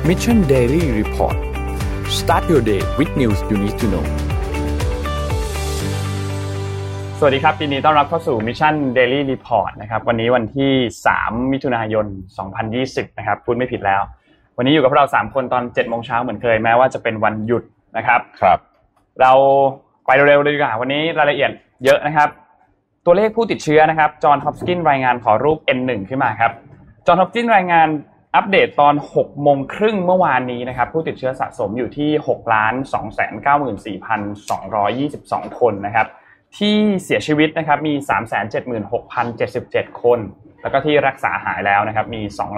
Mission Daily Report Start your day with news you need to know สวัสดีครับยินดีต้อนรับเข้าสู่ Mission Daily Report นะครับวันนี้วันที่3มิถุนายน2020นะครับพูดไม่ผิดแล้ววันนี้อยู่กับเรา3คนตอน 7:00 นเหมือนเคยแม้ว่าจะเป็นวันหยุดนะครับครับเราไปเร็วๆเลยดีกว่าวันนี้รายละเอียดเยอะนะครับตัวเลขผู้ติดเชื้อนะครับจอห์นฮอปกินส์รายงานขอรูป N1 ขึ้นมาครับจอห์นฮอปกินส์รายงานอัปเดตตอน 6:30 นเมื่อวานนี้นะครับผู้ติดเชื้อสะสมอยู่ที่ 6,294,222 คนนะครับที่เสียชีวิตนะครับมี 376,077 คนแล้วก็ที่รักษาหายแล้วนะครับมี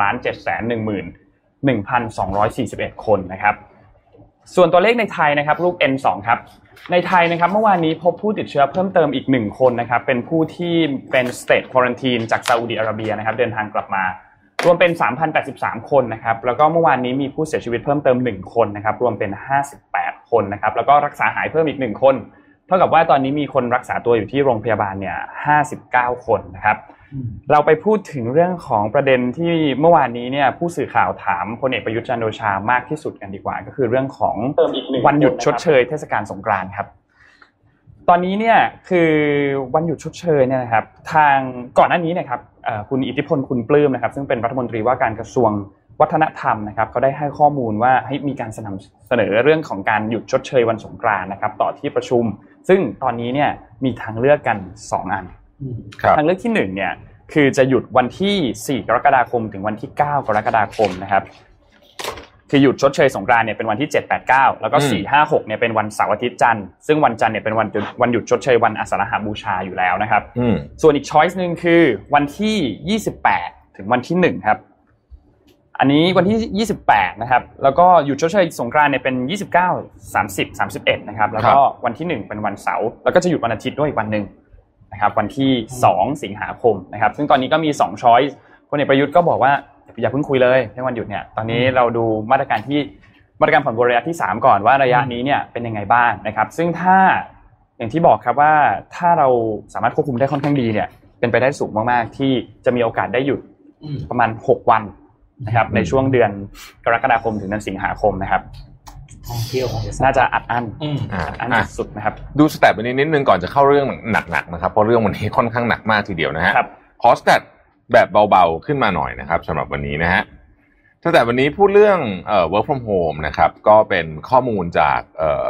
2,711,241 คนนะครับส่วนตัวเลขในไทยนะครับรูป N2 ครับในไทยนะครับเมื่อวานนี้พบผู้ติดเชื้อเพิ่มเติมอีก1คนนะครับเป็นผู้ที่เป็น State Quarantine จากซาอุดิอาระเบียนะครับเดินทางกลับมารวมเป็น 3,083 คนนะครับแล้วก็เมื่อวานนี้มีผู้เสียชีวิตเพิ่มเติม1คนนะครับรวมเป็น58คนนะครับแล้วก็รักษาหายเพิ่มอีก1คนเท่ากับว่าตอนนี้มีคนรักษาตัวอยู่ที่โรงพยาบาลเนี่ย59คนนะครับเราไปพูดถึงเรื่องของประเด็นที่เมื่อวานนี้เนี่ยผู้สื่อข่าวถามพลเอกประยุทธ์จันทร์โอชามากที่สุดกันดีกว่าก็คือเรื่องของวันหยุดชดเชยเทศกาลสงกรานต์ครับตอนนี้เนี่ยคือวันหยุดชดเชยเนี่ยนะครับทางก่อนหน้านี้นะครับคุณอิทธิพลคุณปลื้มนะครับซึ่งเป็นรัฐมนตรีว่าการกระทรวงวัฒนธรรมนะครับเขาได้ให้ข้อมูลว่าให้มีการเสนอเรื่องของการหยุดชดเชยวันสงกรานต์นะครับต่อที่ประชุมซึ่งตอนนี้เนี่ยมีทางเลือกกัน2อันทางเลือกที่1เนี่ยคือจะหยุดวันที่4กรกฎาคมถึงวันที่9กรกฎาคมนะครับคือหยุดชดเชยสงกรานต์เนี่ยเป็นวันที่7 8 9แล้วก็4 5 6เนี่ยเป็นวันเสาร์อาทิตย์จันทร์ซึ่งวันจันทร์เนี่ยเป็นวันหยุดชดเชยวันอาสาฬหบูชาอยู่แล้วนะครับส่วนอีกช้อยส์นึงคือวันที่28ถึงวันที่1ครับอันนี้วันที่28นะครับแล้วก็หยุดชดเชยสงกรานต์เนี่ยเป็น29 30 31นะครับแล้วก็วันที่1เป็นวันเสาร์แล้วก็จะหยุดวันอาทิตย์ด้วยอีกวันนึงนะครับวันที่2สิงหาคมนะครับซึ่งตอนนี้ก็มี2ช้อยส์พลเอกประยุทธ์ก็บอกว่าอย่าเพิ่งคุยเลยในวันหยุดเนี่ยตอนนี้เราดูมาตรการผ่อนปลนระยะที่3ก่อนว่าระยะนี้เนี่ยเป็นยังไงบ้างนะครับซึ่งถ้าอย่างที่บอกครับว่าถ้าเราสามารถควบคุมได้ค่อนข้างดีเนี่ยเป็นไปได้สูงมากๆที่จะมีโอกาสได้หยุดประมาณ6วันนะครับในช่วงเดือนกรกฎาคมถึงเดือนสิงหาคมนะครับท่องเที่ยวน่าจะอัดอั้นสุดนะครับดูสแตทวันนี้นิดนึงก่อนจะเข้าเรื่องหนักๆนะครับเพราะเรื่องวันนี้ค่อนข้างหนักมากทีเดียวนะฮะขอสแตทแบบเบาๆขึ้นมาหน่อยนะครับสำหรับวันนี้นะฮะแต่วันนี้พูดเรื่องwork from home นะครับก็เป็นข้อมูลจาก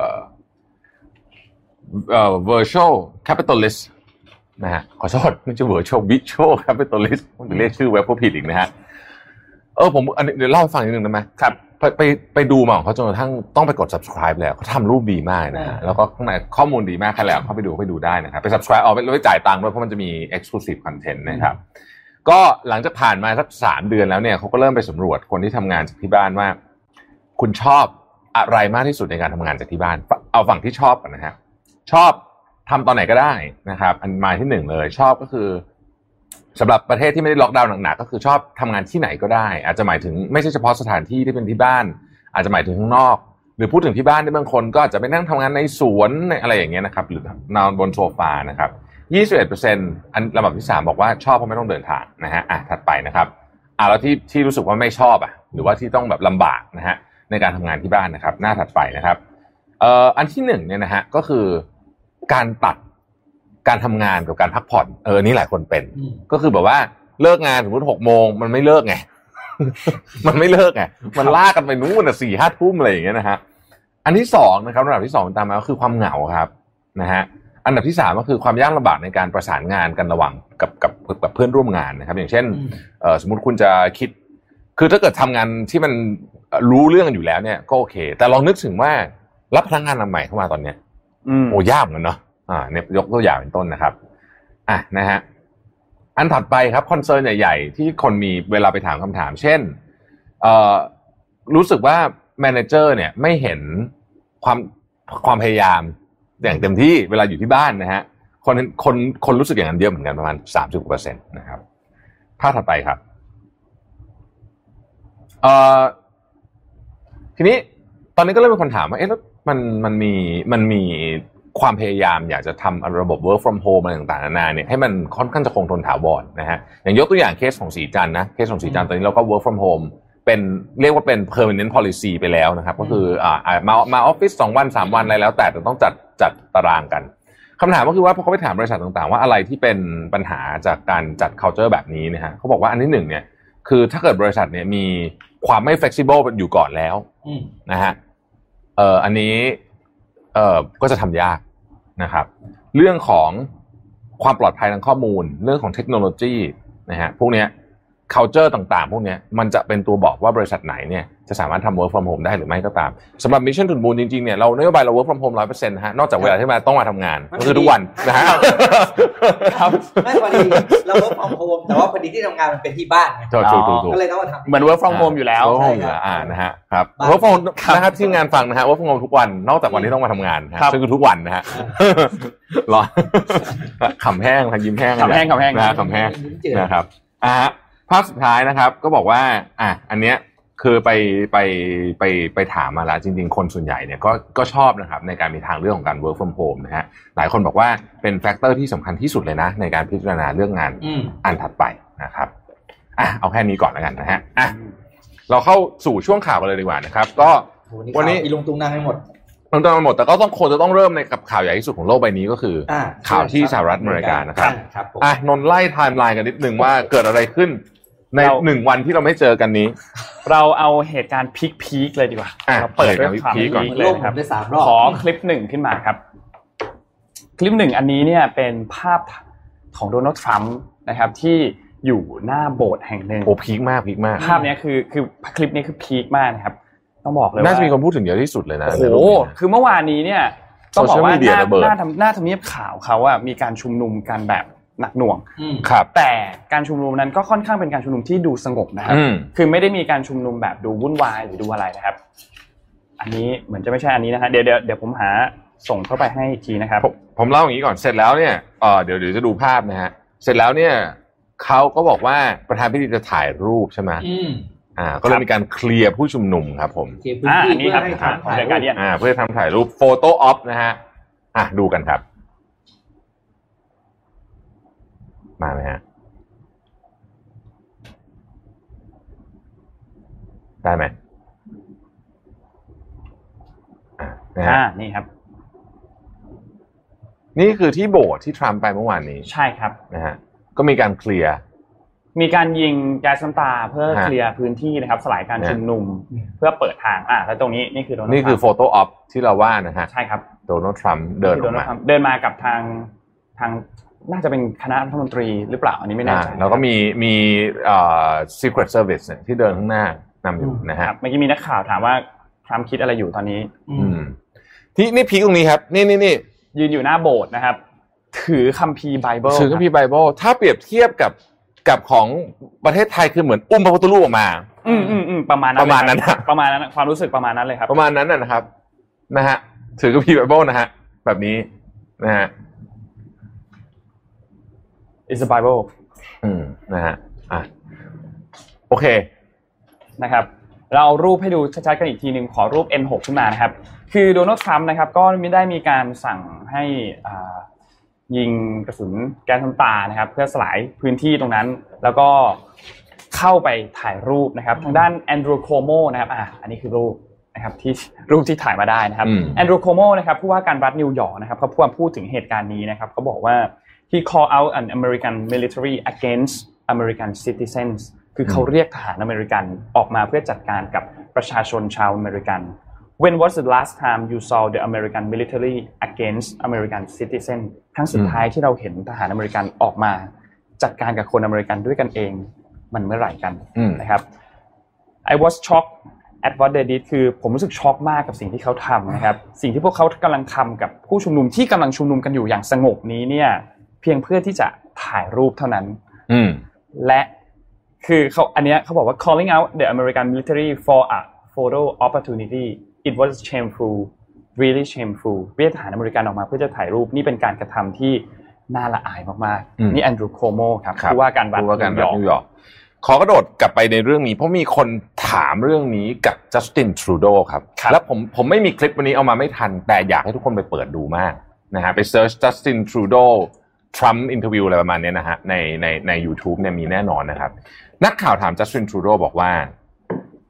virtual capitalist นะฮะขอโทษไม่ใช่ virtual capitalist ผมจะเรียกชื่อเว็บผู้ผิดอีกนะฮะผมเดี๋ยวเล่าให้ฟังนิดนึงได้ไหมครับไปดูมาของเขาจนกระทั่งต้องไปกด subscribe แล้วเขาทำรูปดีมากนะฮะแล้วก็ข้างในข้อมูลดีมากใครแล้วเข้าไปดูได้นะครับไป subscribe ไปจ่ายตังค์ด้วยเพราะมันจะมี exclusive content นะครับก็หลังจากผ่านมาสัก3เดือนแล้วเนี่ยเขาก็เริ่มไปสำรวจคนที่ทำงานจากที่บ้านว่าคุณชอบอะไรมากที่สุดในการทำงานจากที่บ้านเอาฝั่งที่ชอบก่อนนะฮะชอบทำตอนไหนก็ได้นะครับอันมาที่1เลยชอบก็คือสำหรับประเทศที่ไม่ได้ล็อกดาวน์หนักๆก็คือชอบทำงานที่ไหนก็ได้อาจจะหมายถึงไม่ใช่เฉพาะสถานที่ที่เป็นที่บ้านอาจจะหมายถึงข้างนอกหรือพูดถึงที่บ้านที่บางคนก็อาจจะไปนั่งทำงานในสวนในอะไรอย่างเงี้ยนะครับหรือนอนบนโซฟานะครับ21%อันลำดับที่3บอกว่าชอบเพราะไม่ต้องเดินทางนะฮะถัดไปนะครับแล้วที่รู้สึกว่าไม่ชอบหรือว่าที่ต้องแบบลำบากนะฮะในการทำงานที่บ้านนะครับหน้าถัดไปนะครับอันที่1เนี่ยนะฮะก็คือการตัดการทำงานกับการพักผ่อนนี่หลายคนเป็นก็คือแบบว่าเลิกงานสมมติ 6 โมงมันไม่เลิกไง มันไม่เลิกไงมันลากกันไปนู่นน่ะ 4-5 ทุ่มอะไรอย่างเงี้ยนะฮะอันที่2นะครับระดับที่2ตามมาก็คือความเหงาครับนะฮะอันดับที่3ก็คือความยากลำบากในการประสานงานกันระหว่างกับเพื่อนร่วมงานนะครับอย่างเช่นสมมุติคุณจะคิดคือถ้าเกิดทำงานที่มันรู้เรื่องกันอยู่แล้วเนี่ยก็โอเคแต่ลองนึกถึงว่ารับพนักงานใหม่เข้ามาตอนเนี้ยโอ้ยากเหมือนกันเนาะเนี่ยยกตัวอย่างเป็นต้นนะครับนะฮะอันถัดไปครับคอนเซิร์นใหญ่ๆที่คนมีเวลาไปถามคำถามเช่นรู้สึกว่าแมเนเจอร์เนี่ยไม่เห็นความพยายามอย่างเต็มที่เวลาอยู่ที่บ้านนะฮะคนรู้สึกอย่างนั้นเยอะเหมือนกันประมาณ 30% นะครับภาพถัดไปครับทีนี้ตอนนี้ก็เริ่มมีคนถามว่าเอ๊ะแล้วมันมีความพยายามอยากจะทำระบบ work from home อะไรต่างๆนานาเนี่ยให้มันค่อนข้างจะคงทนถาวรนะฮะอย่างยกตัวอย่างเคสของสีจันทร์นะเคสของสีจันทร์ตอนนี้เราก็ work from home เป็นเรียกว่าเป็น permanent policy ไปแล้วนะครับก็คือมาออฟฟิศ2วัน3วันอะไรแล้วแต่ต้องจัดตารางกันคำถามก็คือว่าพอเขาไปถามบริษัทต่างๆว่าอะไรที่เป็นปัญหาจากการจัด culture แบบนี้นะฮะเขาบอกว่าอันที่หนึ่งเนี่ยคือถ้าเกิดบริษัทเนี่ยมีความไม่ flexible อยู่ก่อนแล้วนะฮะอันนี้ก็จะทำยากนะครับเรื่องของความปลอดภัยทางข้อมูลเรื่องของเทคโนโลยีนะฮะพวกเนี้ย culture ต่างๆพวกเนี้ยมันจะเป็นตัวบอกว่าบริษัทไหนเนี่ยจะสามารถทำ work from home ได้หรือไม่ก็ตามสำหรับ Mission to the Moon จริงๆเนี่ยเรานโยบายเรา work from home 100% นะฮะนอกจากเวลาที่มาต้องมาทำงานก็คือทุกวันนะฮะครับไม่พอดีเรา work from home แต่ว่าพอดีที่ทำงานมันเป็นที่บ้านไงก็เลยต้องมาทำเหมือน work from home อยู่แล้วนะฮะครับ work from home นะครับที่งานฟังนะฮะ work from home ทุกวันนอกจากวันที่ต้องมาทำงานซึ่งคือทุกวันนะฮะรอขำแห้งยิ้มแห้งขำแห้งนะครับภาพสุดท้ายนะครับก็บอกว่าอันเนี้ยคือไปถามมาแล้วจริงๆคนส่วนใหญ่เนี่ยก็ชอบนะครับในการมีทางเรื่องของการ work from home นะฮะหลายคนบอกว่าเป็นแฟกเตอร์ที่สำคัญที่สุดเลยนะในการพิจารณาเรื่องงานอันถัดไปนะครับเอาแค่นี้ก่อนแล้วกันนะฮะเราเข้าสู่ช่วงข่าวกันเลยดีกว่านะครับก็วันนี้ลงตุ้งนั่งให้หมดแต่ก็ต้องจะต้องเริ่มในกับข่าวใหญ่ที่สุดของโลกใบนี้ก็คือข่าวที่สหรัฐอเมริกานะครับนนไล่ไทม์ไลน์กันนิดนึงว่าเกิดอะไรขึ้นใน1วันที่เราไม่เจอกันนี้เราเอาเหตุการณ์พีคๆเลยดีกว่าเราเปิดด้วยความพีคก่อนเลยนะครับขอคลิป1ขึ้นมาครับคลิป1อันนี้เนี่ยเป็นภาพของโดนัลด์ทรัมป์นะครับที่อยู่หน้าโบสถ์แห่งหนึ่งพีคมากภาพนี้คือคลิปนี้คือพีคมากนะครับต้องบอกเลยว่าน่าจะมีคนพูดถึงเยอะที่สุดเลยนะโอ้โหคือเมื่อวานนี้เนี่ยต้องบอกว่าหน้าทำเนียบขาวเขาอะมีการชุมนุมกันแบบหนักหน่วงครับแต่การชุมนุมนั้นก็ค่อนข้างเป็นการชุมนุมที่ดูสงบนะครับคือไม่ได้มีการชุมนุมแบบดูวุ่นวายหรือดูอะไรนะครับอันนี้เหมือนจะไม่ใช่อันนี้นะฮะเดี๋ยวผมหาส่งเข้าไปให้อีกทีนะครับผมเล่าอย่างนี้ก่อนเสร็จแล้วเนี่ยเดี๋ยวจะดูภาพนะฮะเสร็จแล้วเนี่ยเขาก็บอกว่าประธานพิธีจะถ่ายรูปใช่ไหมก็เลยมีการเคลียร์ผู้ชุมนุมครับผมอันนี้ครับของเดอะการ์เดียนเพื่อทำถ่ายรูปโฟโต้ออฟนะฮะดูกันครับมาไหมฮะได้ไหมนี่ครับนี่คือที่โบสถ์ที่ทรัมป์ไปเมื่อวานนี้ใช่ครับนะฮะก็มีการเคลียร์มีการยิงแก๊สน้ำตาเพื่อเคลียร์พื้นที่นะครับสลายการชุมนุมเพื่อเปิดทางแล้วตรงนี้นี่คือโดนัลด์นี่คือโฟโต้ออฟที่เราว่านะฮะใช่ครับโดนัลด์ทรัมป์เดินมากับทางน่าจะเป็นคณะรัฐมนตรีหรือเปล่าอันนี้ไม่แน่ใจแล้วก็มีSecret Service ที่เดินข้างหน้านำอยู่นะฮะเมื่อกี้มีนักข่าวถามว่าทรัมป์คิดอะไรอยู่ตอนนี้ที่นี่พีคตรงนี้ครับนี่ยืนอยู่หน้าโบสถ์นะครับถือคัมภีร์ไบเบิลถ้าเปรียบเทียบกับของประเทศไทยคือเหมือนอุ้มพระพุทธรูปออกมาประมาณนั้นความรู้สึกประมาณนั้นเลยครับประมาณนั้นนะครับนะฮะถือคัมภีร์ไบเบิลนะฮะแบบนี้นะฮะ It's a Bible นะฮะโอเคนะครับเราเอารูปให้ดูชัดๆกันอีกทีนึงขอรูป N6 ขึ้นมานะครับคือโดนัลด์ทรัมป์นะครับก็ไม่ได้มีการสั่งให้ยิงกระสุนแก๊สน้ำตานะครับเพื่อสลายพื้นที่ตรงนั้นแล้วก็เข้าไปถ่ายรูปนะครับทางด้านแอนดรูว์โคโมนะครับอันนี้คือรูปนะครับที่รูปที่ถ่ายมาได้นะครับแอนดรูว์โคโมนะครับผู้ว่าการรัฐนิวยอร์กนะครับเขาพูดถึงเหตุการณ์นี้นะครับเขาบอกว่าHe called out an American military against American citizens คือเขาเรียกทหารอเมริกันออกมาเพื่อจัดการกับประชาชนชาวอเมริกัน When was the last time you saw the American military against American citizens ครั้งสุดท้ายที่เราเห็นทหารอเมริกันออกมาจัดการกับคนอเมริกันด้วยกันเองมันเมื่อไหร่กันนะครับ I was shocked at what they did คือผมรู้สึกช็อกมากกับสิ่งที่เขาทำนะครับสิ่งที่พวกเขากำลังทำกับผู้ชุมนุมที่กำลังชุมนุมกันอยู่อย่างสงบนี้เนี่ยเพียงเพื่อที่จะถ่ายรูปเท่านั้นและคือเขาอันเนี้ยเขาบอกว่า calling out the American military for a photo opportunity it was shameful really shameful เรียกทหารอเมริกันออกมาเพื่อจะถ่ายรูปนี่เป็นการกระทำที่น่าละอายมากๆนี่แอนดรูว์โคโมครับผู้ว่าการรัฐนิวยอร์กขอกระโดดกลับไปในเรื่องนี้เพราะมีคนถามเรื่องนี้กับจัสตินทรูโดครับแล้วผมไม่มีคลิปวันนี้เอามาไม่ทันแต่อยากให้ทุกคนไปเปิดดูมากนะฮะไปเซิร์ชจัสตินทรูโดTrump interview อะไรประมาณนี้นะฮะใน YouTube เนี่ยมีแน่นอนนะครับนักข่าวถามจัสตินทรูโดบอกว่า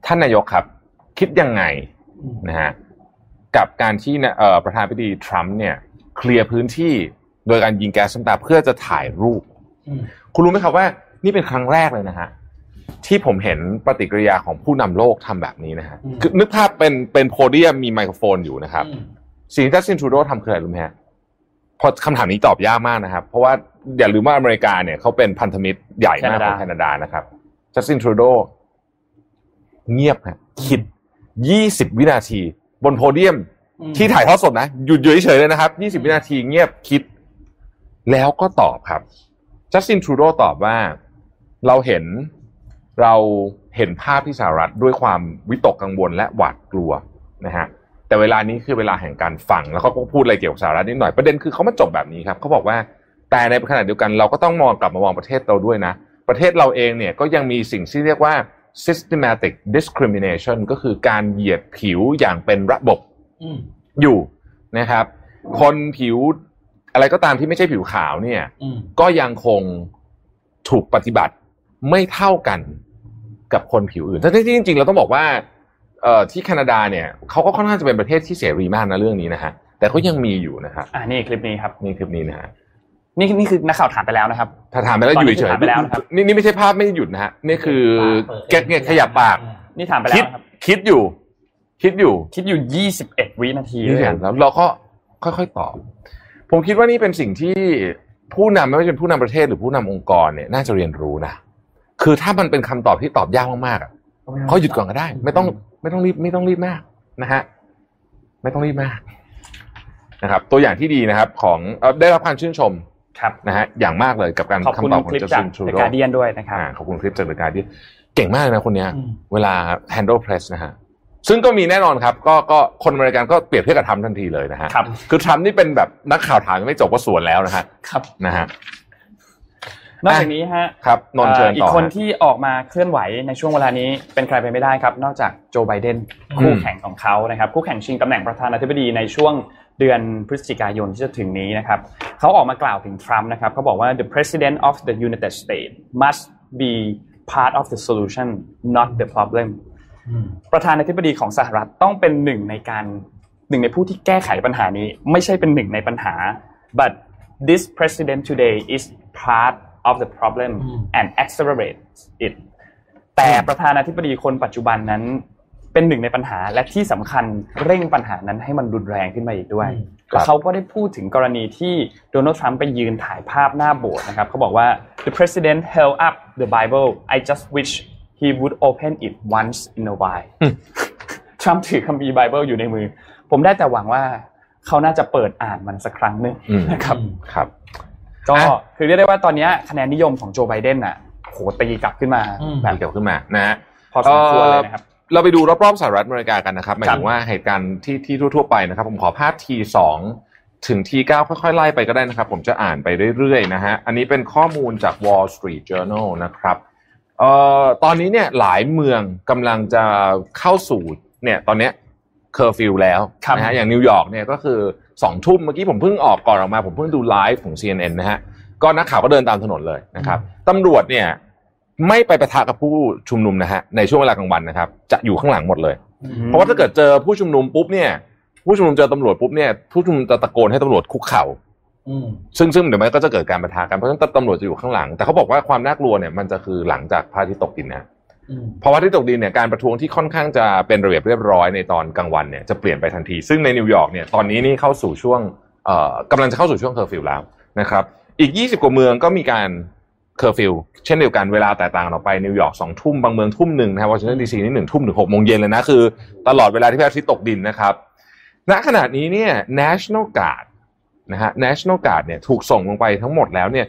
ท่านนายกครับคิดยังไงนะฮะกับการที่ประธานาธิบดีทรัมป์เนี่ยเคลียร์พื้นที่โดยการยิงแก๊สน้ำตาเพื่อจะถ่ายรูปคุณรู้ไหมครับว่านี่เป็นครั้งแรกเลยนะฮะที่ผมเห็นปฏิกิริยาของผู้นำโลกทำแบบนี้นะฮะคือนึกภาพเป็นโพเดียมมีไมโครโฟนอยู่นะครับสิ่งที่จัสตินทรูโดทำคืออะไรรู้ไหมฮะพอคำถามนี้ตอบยากมากนะครับเพราะว่าอย่าลืมว่าอเมริกาเนี่ยเขาเป็นพันธมิตรใหญ่มากของแคนาดานะครับจัสตินทรูโดเงียบฮะคิด20 วินาทีบนโพเดียมที่ถ่ายทอดสดนะหยุดเฉยๆเลยนะครับ20 วินาทีเงียบคิดแล้วก็ตอบครับจัสตินทรูโดตอบว่าเราเห็นภาพที่สหรัฐด้วยความวิตกกังวลและหวาดกลัวนะฮะแต่เวลานี้คือเวลาแห่งการฟังแล้วเขาก็พูดอะไรเกี่ยวกับสหรัฐนิดหน่อยประเด็นคือเขามาจบแบบนี้ครับเขาบอกว่าแต่ในขณะเดียวกันเราก็ต้องกลับมามองประเทศเราด้วยนะประเทศเราเองเนี่ยก็ยังมีสิ่งที่เรียกว่า systematic discrimination ก็คือการเหยียดผิวอย่างเป็นระบบอยู่นะครับคนผิวอะไรก็ตามที่ไม่ใช่ผิวขาวเนี่ยก็ยังคงถูกปฏิบัติไม่เท่ากันกับคนผิวอื่นทั้งที่จริงๆเราต้องบอกว่าที่แคนาดาเนี่ยเขาก็ค่อนข้างจะเป็นประเทศที่เสรีมากนะเรื่องนี้นะฮะแต่ก็ยังมีอยู่นะครับนี่คลิปนี้ครับนี่คลิปนี้นะฮะนี่คือนักข่าวถามไปแล้วนะครับถามไปแล้วอยู่เฉยๆนี่ไม่ใช่ภาพไม่หยุดนะฮะนี่คือแกเนี่ยขยับปากนี่ถามไปแล้วครับคิดอยู่ 21 วินาทีแล้วเราก็ค่อยๆตอบผมคิดว่านี่เป็นสิ่งที่ผู้นำไม่ว่าจะเป็นผู้นำประเทศหรือผู้นำองค์กรเนี่ยน่าจะเรียนรู้นะคือถ้ามันเป็นคำตอบที่ตอบยากมากๆเขาหยุดก่อนก็ได้ไม่ต้องรีบมากนะฮะไม่ต้องรีบมากนะครับตัวอย่างที่ดีนะครับของได้รับการชื่นชมนะฮะอย่างมากเลยกับการคำตอบของจัสตินทรูโด The Guardian ด้วยนะครับขอบคุณคลิปจาก The Guardian เก่งมากเลยนะคนนี้เวลา handle press นะฮะซึ่งก็มีแน่นอนครับก็คนอเมริกันก็เปรียบเทียบกับทรัมป์ทันทีเลยนะฮะคือทรัมป์นี่เป็นแบบนักข่าวถามไม่จบก็สวนแล้วนะฮะนะฮะนอกจากนี้ฮะครับนนท์เชิญต่ออีกคนที่ออกมาเคลื่อนไหวในช่วงเวลานี้เป็นใครไปไม่ได้ครับนอกจากโจไบเดนคู่แข่งของเขานะครับคู่แข่งชิงตำแหน่งประธานาธิบดีในช่วงเดือนพฤศจิกายนที่จะถึงนี้นะครับเขาออกมากล่าวถึงทรัมป์นะครับเขาบอกว่า the president of the United States must be part of the solution not the problem ประธานาธิบดีของสหรัฐต้องเป็นหนึ่งในผู้ที่แก้ไขปัญหานี้ไม่ใช่เป็นหนึ่งในปัญหา but this president today is part of the problem and accelerates it แต่ประธานาธิบดีคนปัจจุบันนั้นเป็นหนึ่งในปัญหาและที่สำคัญเร่งปัญหานั้นให้มันรุนแรงขึ้นมาอีกด้วยแล้วเขาก็ได้พูดถึงกรณีที่โดนัลด์ทรัมป์ไปยืนถ่ายภาพหน้าโบสถ์นะครับเขาบอกว่า the president held up the Bible I just wish he would open it once in a while ทรัมป์ถือคัมภีร์ไบเบิลอยู่ในมือผมได้แต่หวังว่าเขาน่าจะเปิดอ่านมันสักครั้งนึงนะครับก็คือเรียกได้ว่าตอนนี้คะแนนนิยมของโจไบเดนน่ะโหตีกลับขึ้นมาแบบเกี่ยวขึ้นมานะฮะพอสมควรเลยนะครับเราไปดูรอบๆสหรัฐอเมริกากันนะครับหมายถึงว่าเหตุการณ์ที่ทั่วๆไปนะครับผมขอภาพ T2 ถึง T9 ค่อยๆไล่ไปก็ได้นะครับผมจะอ่านไปเรื่อยๆนะฮะอันนี้เป็นข้อมูลจาก Wall Street Journal นะครับตอนนี้เนี่ยหลายเมืองกำลังจะเข้าสู่เนี่ยตอนนี้เคอร์ฟิวแล้วนะฮะอย่างนิวยอร์กเนี่ยก็คือ2 ทุ่มเมื่อกี้ผมเพิ่งออกมาผมเพิ่งดูไลฟ์ของ CNN นะฮะก็นักข่าวก็เดินตามถนนเลยนะครับตำรวจเนี่ยไม่ไปปะทะกับผู้ชุมนุมนะฮะในช่วงเวลากลางวันนะครับจะอยู่ข้างหลังหมดเลยเพราะว่าถ้าเกิดเจอผู้ชุมนุมปุ๊บเนี่ยผู้ชุมนุมเจอตำรวจปุ๊บเนี่ยผู้ชุมนุมจะตะโกนให้ตำรวจคุกเข่าซึ่งเดี๋ยวมันก็จะเกิดการปะทะกันเพราะฉะนั้นตำรวจจะอยู่ข้างหลังแต่เขาบอกว่าความน่ากลัวเนี่ยมันจะคือหลังจากพระอาทิตย์ตกดินนะเพราะว่าที่ตกดินเนี่ยการประท้วงที่ค่อนข้างจะเป็นระเบียบเรียบร้อยในตอนกลางวันเนี่ยจะเปลี่ยนไปทันทีซึ่งในนิวยอร์กเนี่ยตอนนี้นี่เข้าสู่ช่วงกำลังจะเข้าสู่ช่วงเคอร์ฟิวแล้วนะครับอีก20กว่าเมืองก็มีการเคอร์ฟิวเช่นเดียวกันเวลาแตกต่างออกไปนิวยอร์ก2 ทุ่มบางเมืองทุ่ม 1นะครับวอชิงตันดีซีนี่1 ทุ่มถึง6 โมงเย็นเลยนะคือตลอดเวลาที่พระอาทิตย์ตกดินนะครับณขณะนี้เนี่ย National Guard นะฮะ National Guard เนี่ยถูกส่งลงไปทั้งหมดแล้วเนี่ย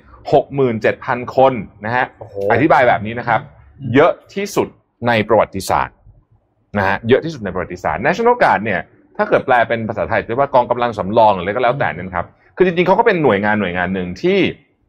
67,000 คนนะฮะอธิบายแบบนี้นะครับเยอะที่สุดในประวัติศาสตร์นะฮะเยอะที่สุดในประวัติศาสตร์ National Guard เนี่ยถ้าเกิดแปลเป็นภาษาไทยเรียกว่ากองกำลังสำรองหรืออะไรก็แล้วแต่นะครับคือจริงๆเขาก็เป็นหน่วยงานหนึ่งที่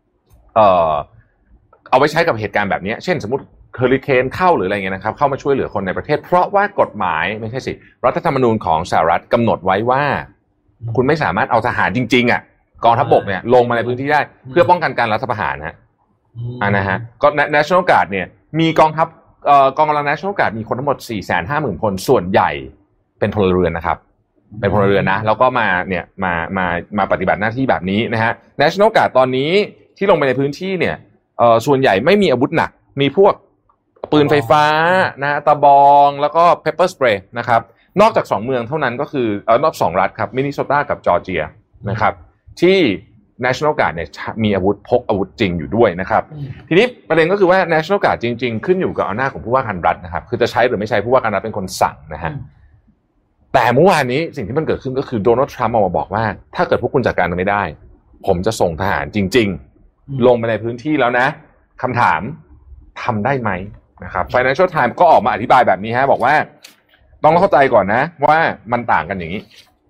เอาไว้ใช้กับเหตุการณ์แบบนี้เช่นสมมติเฮอริเคนเข้าหรืออะไรเงี้ยนะครับเข้ามาช่วยเหลือคนในประเทศเพราะว่ากฎหมายไม่ใช่สิรัฐธรรมนูญของสหรัฐกำหนดไว้ว่าคุณไม่สามารถเอาทหารจริงๆกองทัพบกเนี่ยลงมาในพื้นที่ได้เพื่อป้องกันการรัฐประหารนะฮะก็ National Guard เนี่ยมีกองทัพกองกำลัง National Guard มีคนทั้งหมด 450,000 คนส่วนใหญ่เป็นพลเรือนนะครับเป็นพลเรือนนะแล้วก็มาปฏิบัติหน้าที่แบบนี้นะฮะ National Guard ตอนนี้ที่ลงไปในพื้นที่เนี่ยส่วนใหญ่ไม่มีอาวุธหนักมีพวกปืนไฟฟ้านะตะบองแล้วก็ pepper spray นะครับนอกจาก2เมืองเท่านั้นก็คือนอก2รัฐครับมินนิโซตากับจอร์เจียนะครับที่ National Guard เนี่ยมีอาวุธพกอาวุธจริงอยู่ด้วยนะครับทีนี้ประเด็นก็คือว่า National Guard จริงๆขึ้นอยู่กับอำนาจของผู้ว่าการรัฐนะครับคือจะใช้หรือไม่ใช้ผู้ว่าการรัฐเป็นคนสั่งนะฮะแต่เมื่อวานนี้สิ่งที่มันเกิดขึ้นก็คือโดนัลด์ทรัมป์ออกมาบอกว่าถ้าเกิดพวกคุณจัดการกันไม่ได้ผมจะส่งทหารจริงๆลงไปในพื้นที่แล้วนะคำถามทำได้ไหมนะครับ Financial Times ก็ออกมาอธิบายแบบนี้ฮะบอกว่าต้องเข้าใจก่อนนะว่ามันต่างกันอย่างนี้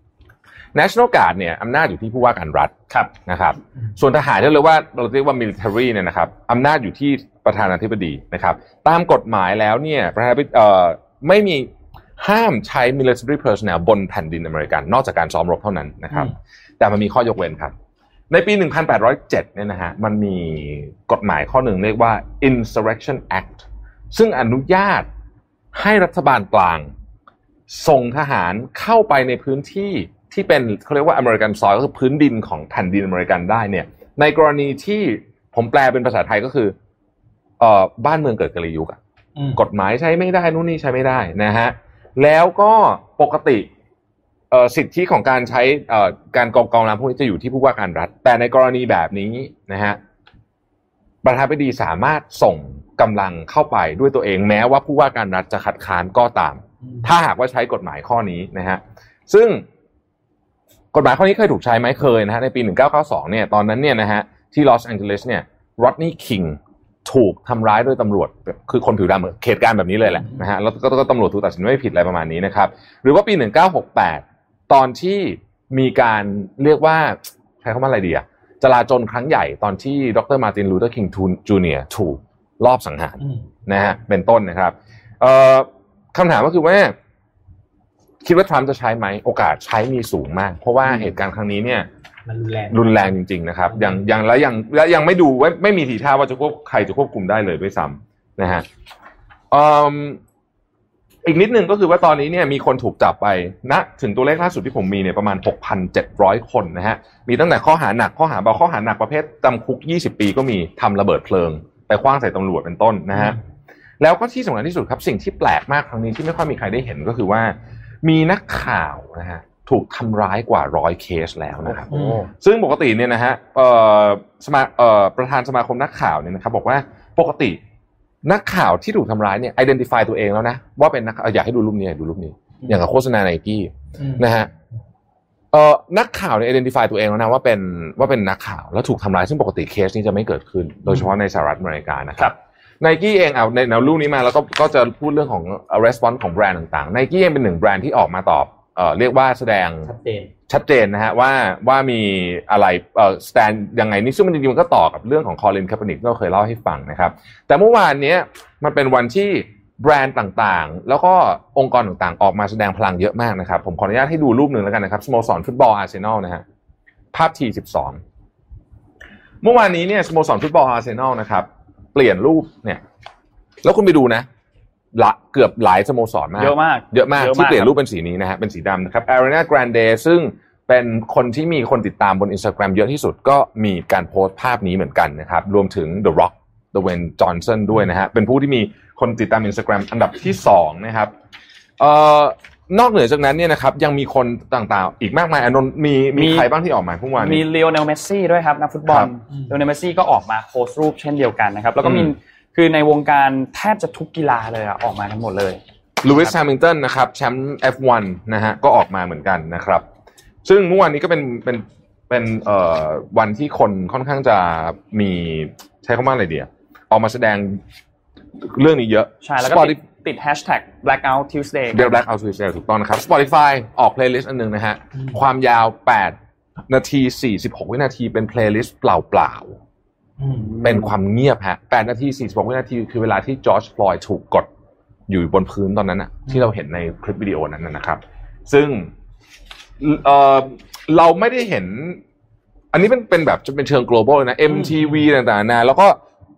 National Guard เนี่ยอำนาจอยู่ที่ผู้ว่าการรัฐนะครับส่วนทหารที่เราเรียกว่า military เนี่ยนะครับอำนาจอยู่ที่ประธานาธิบดีนะครับตามกฎหมายแล้วเนี่ยประธานาธิบดีไม่มีห้ามใช้ military personnel บนแผ่นดินอเมริกันนอกจากการซ้อมรบเท่านั้นนะครับแต่มันมีข้อยกเว้นครับในปี 1807 เนี่ยนะฮะมันมีกฎหมายข้อหนึ่งเรียกว่า Insurrection Act ซึ่งอนุญาตให้รัฐบาลกลางส่งทหารเข้าไปในพื้นที่ที่เป็นเขาเรียกว่า American Soil ก็คือพื้นดินของแผ่นดินอเมริกันได้เนี่ยในกรณีที่ผมแปลเป็นภาษาไทยก็คือบ้านเมืองเกิดกลยุกต์กฎหมายใช้ไม่ได้นู่นนี่ใช้ไม่ได้นะฮะแล้วก็ปกติสิทธิของการใช้การกองกำลังพวกนี้จะอยู่ที่ผู้ว่าการรัฐแต่ในกรณีแบบนี้นะฮะประธานาธิบดีสามารถส่งกำลังเข้าไปด้วยตัวเองแม้ว่าผู้ว่าการรัฐจะคัดค้านก็ตามถ้าหากว่าใช้กฎหมายข้อนี้นะฮะซึ่งกฎหมายข้อนี้เคยถูกใช้ไหมเคยนะฮะในปี1992เนี่ยตอนนั้นเนี่ยนะฮะที่ลอสแองเจลิสเนี่ยโรดนีย์คิงถูกทำร้ายโดยตำรวจคือคนผิวดำเหตุการณ์แบบนี้เลยแหละนะฮะแล้วก็ตำรวจถูกตัดสินไม่ผิดอะไรประมาณนี้นะครับหรือว่าปี1968ตอนที่มีการเรียกว่าใช้คำว่าอะไรดีอะจลาจลครั้งใหญ่ตอนที่ดรมาร์ตินลูเทอร์คิงจูเนียร์ถูกลอบสังหารนะฮะเป็นต้นนะครับคำถามก็คือว่าคิดว่าทรัมป์จะใช้ไหมโอกาสใช้มีสูงมากเพราะว่าเหตุการณ์ครั้งนี้เนี่ยมันรุนแรงจริงๆนะครับยังไม่ดูว่าไม่มีทีท่าว่าใครจะควบคุมได้เลยด้วยซ้ำนะฮะอีกนิดนึงก็คือว่าตอนนี้เนี่ยมีคนถูกจับไปถึงตัวเลขล่าสุดที่ผมมีเนี่ยประมาณ 6,700 คนนะฮะมีตั้งแต่ข้อหาหนักข้อหาเบาข้อหาหนักประเภทจำคุก20 ปีก็มีทำระเบิดเพลิงไปขว้างใส่ตำรวจเป็นต้นนะฮะแล้วก็ที่สำคัญที่สุดครับสิ่งที่แปลกมากครั้งนี้ที่ไม่ค่อยมีใครได้เห็นก็คือว่ามีนักข่าวนะฮะถูกทำร้ายกว่า100เคสแล้วนะครับซึ่งปกติเนี่ยนะฮะประธานสมาคมนักข่าวเนี่ยนะครับบอกว่าปกตินักข่าวที่ถูกทำร้ายเนี่ย identify ตัวเองแล้วนะว่าเป็นนักอยากให้ดูรูปนี้อย่างกับโฆษณา Nike นะฮะนักข่าวเนี่ย identify ตัวเองแล้วนะว่าเป็นนักข่าวแล้วถูกทำร้ายซึ่งปกติเคสนี้จะไม่เกิดขึ้นโดยเฉพาะในสหรัฐอเมริกานะครับNike เองเอาในรูปนี้มาแล้วก็จะพูดเรื่องของ response ของแบรนด์ต่างๆ Nike เองเป็นหนึ่งแบรนด์ที่ออกมาตอบเรียกว่าแสดงชัดเจนนะฮะว่ามีอะไรstand ยังไงนี่ซึ่งมันจริงๆมันก็ต่อกับเรื่องของ Colin Kaepernick ที่เราเคยเล่าให้ฟังนะครับแต่เมื่อวานนี้มันเป็นวันที่แบรนด์ต่างๆแล้วก็องค์กรต่างๆออกมาแสดงพลังเยอะมากนะครับผมขออนุญาตให้ดูรูปหนึ่งแล้วกันนะครับสโมสรฟุตบอลอาร์เซนอลนะฮะภาพ T12 เมื่อวานนี้เนี่ยสโมสรฟุตบอลอาร์เซนอลนะครับเปลี่ยนรูปเนี่ยแล้วคุณไปดูนะเกือบหลายสโมสรมากเยอะมากที่เปลี่ยนรูปเป็นสีนี้นะฮะเป็นสีดำนะครับ Ariana Grande ซึ่งเป็นคนที่มีคนติดตามบน Instagram เยอะที่สุดก็มีการโพสต์ภาพนี้เหมือนกันนะครับรวมถึง The Rock Dwayne Johnson ด้วยนะฮะเป็นผู้ที่มีคนติดตาม Instagram อันดับที่2นะครับนอกเหนือจากนั้นเนี่ยนะครับยังมีคนต่างๆอีกมากมายอนนท์มีใครบ้างที่ออกมาพวกวันมีเลโอเนลเมสซี่ด้วยครับนักฟุตบอลเลโอเนลเมสซี่ก็ออกมาโพสต์รูปเช่นเดียวกันนะครับแล้วก็มีคือในวงการแทบจะทุกกีฬาเลยออกมาทั้งหมดเลยลูอิส แฮมิลตันนะครับแชมป์ F1 นะฮะก็ออกมาเหมือนกันนะครับซึ่งเมื่อวานนี้ก็เป็นวันที่คนค่อนข้างจะมีใช้คำว่าอะไรดีออกมาแสดงเรื่องนี้เยอะใช่แล้วก็ติด #blackout Tuesday blackout Tuesday ถูกต้องนะครับ Spotify ออก playlist อันนึงนะฮะความยาว8นาที46วินาทีเป็น playlist เปล่าๆเป็นความเงียบฮะ8นาที46วินาทีคือเวลาที่จอร์จฟลอยด์ถูกกดอยู่บนพื้นตอนนั้นน่ะที่เราเห็นในคลิปวิดีโอนั้นนะครับซึ่งเราไม่ได้เห็นอันนี้เป็นแบบจะเป็นเชิง global เลยนะ MTV ต่างๆนะแล้วก็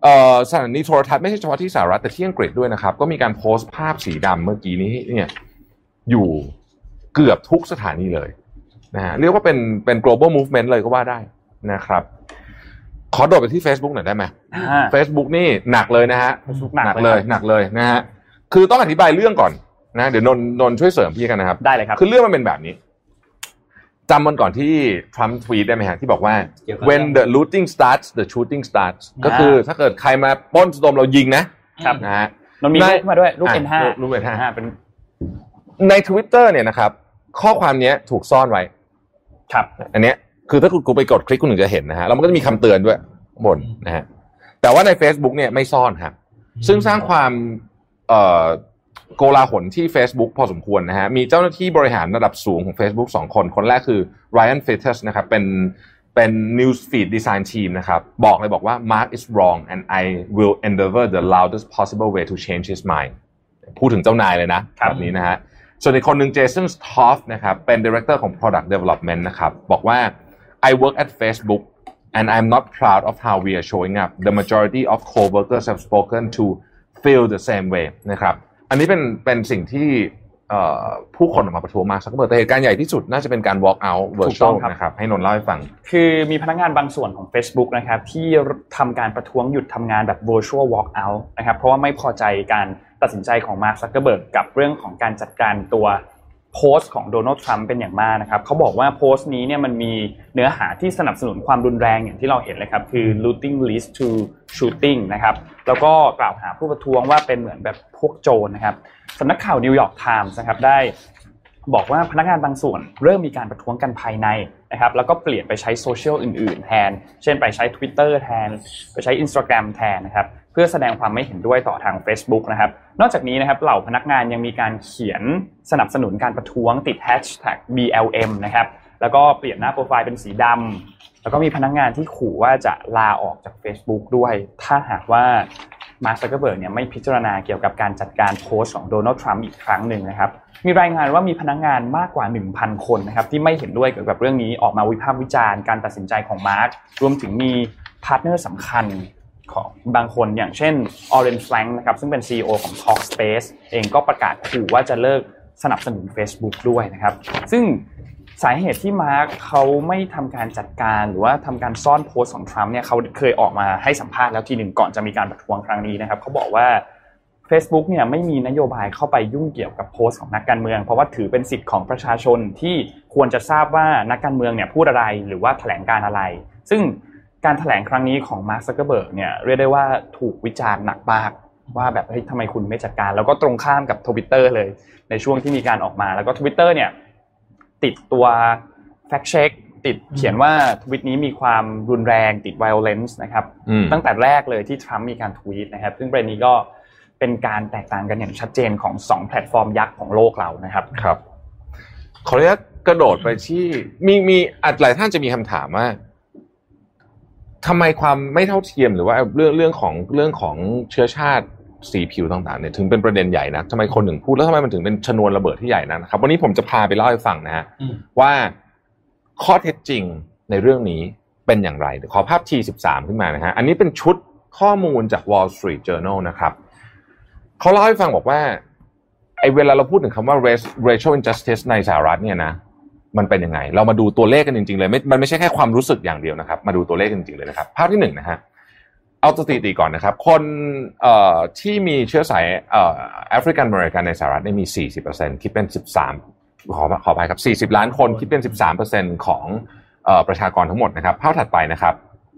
สถานีโทรทัศน์ไม่ใช่เฉพาะที่สหรัฐแต่ที่อังกฤษด้วยนะครับก็มีการโพสต์ภาพสีดำเมื่อกี้นี้เนี่ยอยู่เกือบทุกสถานีเลยนะฮะเรียกว่าเป็น global movement เลยก็ว่าได้นะครับขอโดดไปที่ Facebook หน่อยได้ไหม Facebook นี่หนักเลยนะฮะหนักเลยนะฮะคือต้องอธิบายเรื่องก่อนนะเดี๋ยวนนช่วยเสริมพี่กันนะครับได้เลยครับคือเรื่องมันเป็นแบบนี้จำมันก่อนที่ทรัมป์ทวีตได้ไหมฮะที่บอกว่า when the looting starts the shooting starts ก็คือถ้าเกิดใครมาปล้นสะดมเรายิงนะครับนะฮะนนมีรูปมาด้วยรูป N5 รูป N5 เป็นใน Twitter เนี่ยนะครับข้อความนี้ถูกซ่อนไว้ครับอันเนี้ยคือถ้าคุณไปกดคลิกคุณถึงจะเห็นนะฮะแล้วมันก็จะมีคำเตือนด้วยบนนะฮะแต่ว่าใน Facebook เนี่ยไม่ซ่อนครับซึ่งสร้างความโกลาหลที่ Facebook พอสมควรนะฮะมีเจ้าหน้าที่บริหารระดับสูงของ Facebook 2 คนแรกคือ Ryan Fittus นะครับเป็น News Feed Design Team นะครับบอกว่า Mark is wrong and I will endeavor the loudest possible way to change his mind พูดถึงเจ้านายเลยนะแบบนี้นะฮะส่วนอีกคนหนึ่ง Jason Toff นะครับเป็น Director ของ Product Development นะครับบอกว่า I work at Facebook and I'm not proud of how we are showing up. The majority of co-workers have spoken to feel the same way นะครับอันนี้เป็นสิ่งที่ผู้คนออกมาประท้วงมากสักเบอร์แต่เหตุการณ์ใหญ่ที่สุดน่าจะเป็นการ walk out virtual นะครับให้นนท์เล่าให้ฟังคือมีพนักงานบางส่วนของ Facebook นะครับที่ทำการประท้วงหยุดทำงานแบบ virtual walk out นะครับเพราะว่าไม่พอใจการตัดสินใจของมาร์ค ซักเคอร์เบิร์กกับเรื่องของการจัดการตัวโพสต์ของโดนัลด์ทรัมป์เป็นอย่างมากนะครับเขาบอกว่าโพสต์นี้เนี่ยมันมีเนื้อหาที่สนับสนุนความรุนแรงอย่างที่เราเห็นเลยครับคือ looting leads to shooting นะครับแล้วก็กล่าวหาผู้ประท้วงว่าเป็นเหมือนแบบพวกโจรนะครับสำนักข่าวนิวยอร์กไทมส์นะครับได้บอกว่าพนักงานบางส่วนเริ่มมีการประท้วงกันภายในนะครับแล้วก็เปลี่ยนไปใช้โซเชียลอื่นๆแทนเช่นไปใช้ Twitter แทนไปใช้ Instagram แทนนะครับเพื่อแสดงความไม่เห็นด้วยต่อทาง Facebook นะครับนอกจากนี้นะครับเหล่าพนักงานยังมีการเขียนสนับสนุนการประท้วงติด hashtag BLM นะครับแล้วก็เปลี่ยนหน้าโปรไฟล์เป็นสีดำแล้วก็มีพนักงานที่ขู่ว่าจะลาออกจาก Facebook ด้วยถ้าหากว่ามาร์ค ซักเคอร์เบิร์กเนี่ยไม่พิจารณาเกี่ยวกับการจัดการโพสต์ของโดนัลด์ทรัมป์อีกครั้งหนึ่งนะครับมีรายงานว่ามีพนักงานมากกว่า 1,000 คนนะครับที่ไม่เห็นด้วยเกี่ยวกับเรื่องนี้ออกมาวิพากษ์วิจารณ์การตัดสินใจของมาร์ครวมถึงมีพาร์ทเนอร์สำคัญของบางคนอย่างเช่น Orange Frank นะครับซึ่งเป็น CEO ของ Talkspace เองก็ประกาศขู่ว่าจะเลิกสนับสนุน Facebook ด้วยนะครับซึ่งสาเหตุที่มาร์คเขาไม่ทำการจัดการหรือว่าทำการซ่อนโพสต์ของทรัมป์เนี่ยเขาเคยออกมาให้สัมภาษณ์แล้วทีหนึ่งก่อนจะมีการประท้วงครั้งนี้นะครับเขาบอกว่า Facebook เนี่ยไม่มีนโยบายเข้าไปยุ่งเกี่ยวกับโพสต์ของนักการเมืองเพราะว่าถือเป็นสิทธิ์ของประชาชนที่ควรจะทราบว่านักการเมืองเนี่ยพูดอะไรหรือว่าแถลงการอะไรซึ่งการแถลงครั้งนี้ของมาร์ค ซักเคอร์เบิร์กเนี่ยเรียกได้ว่าถูกวิจารณ์หนักมากว่าแบบเฮ้ยทำไมคุณไม่จัดการแล้วก็ตรงข้ามกับ Twitter เลยในช่วงที่มีการออกมาแล้วก็ Twitter เนี่ยติดตัว fact check ติดเขียนว่าทวิตนี้มีความรุนแรงติด violence นะครับตั้งแต่แรกเลยที่ทรัมป์มีการทวีตนะครับซึ่งประเด็นนี้ก็เป็นการแตกต่างกันอย่างชัดเจนของ2แพลตฟอร์มยักษ์ของโลกเรานะครับครับขออนุญาตกระโดดไปที่มีหลายท่านจะมีคำถามว่าทำไมความไม่เท่าเทียมหรือว่าเรื่องของเชื้อชาติสีผิวต่างๆเนี่ยถึงเป็นประเด็นใหญ่นะทำไมคนถึงพูดแล้วทำไมมันถึงเป็นชนวนระเบิดที่ใหญ่นะครับวันนี้ผมจะพาไปเล่าให้ฟังนะฮะว่าข้อเท็จจริงในเรื่องนี้เป็นอย่างไรขอภาพ T13 ขึ้นมานะฮะอันนี้เป็นชุดข้อมูลจาก Wall Street Journal นะครับเขาเล่าให้ฟังบอกว่าไอ้เวลาเราพูดถึงคำว่า racial injustice ในสหรัฐเนี่ยนะมันเป็นยังไงเรามาดูตัวเลขกันจริงๆเลยมันไม่ใช่แค่ความรู้สึกอย่างเดียวนะครับมาดูตัวเลขกันจริงๆเลยนะครับภาพที่1นะฮะเอาสถิติก่อนนะครับคนที่มีเชื้อสายแอฟริกันอเมริกันในสหรัฐเนี่ยมี 40% คิดเป็น13ขออภัยครับ40ล้านคนคิดเป็น 13% ของประชากรทั้งหมดนะครับภาพถัดไปนะครับ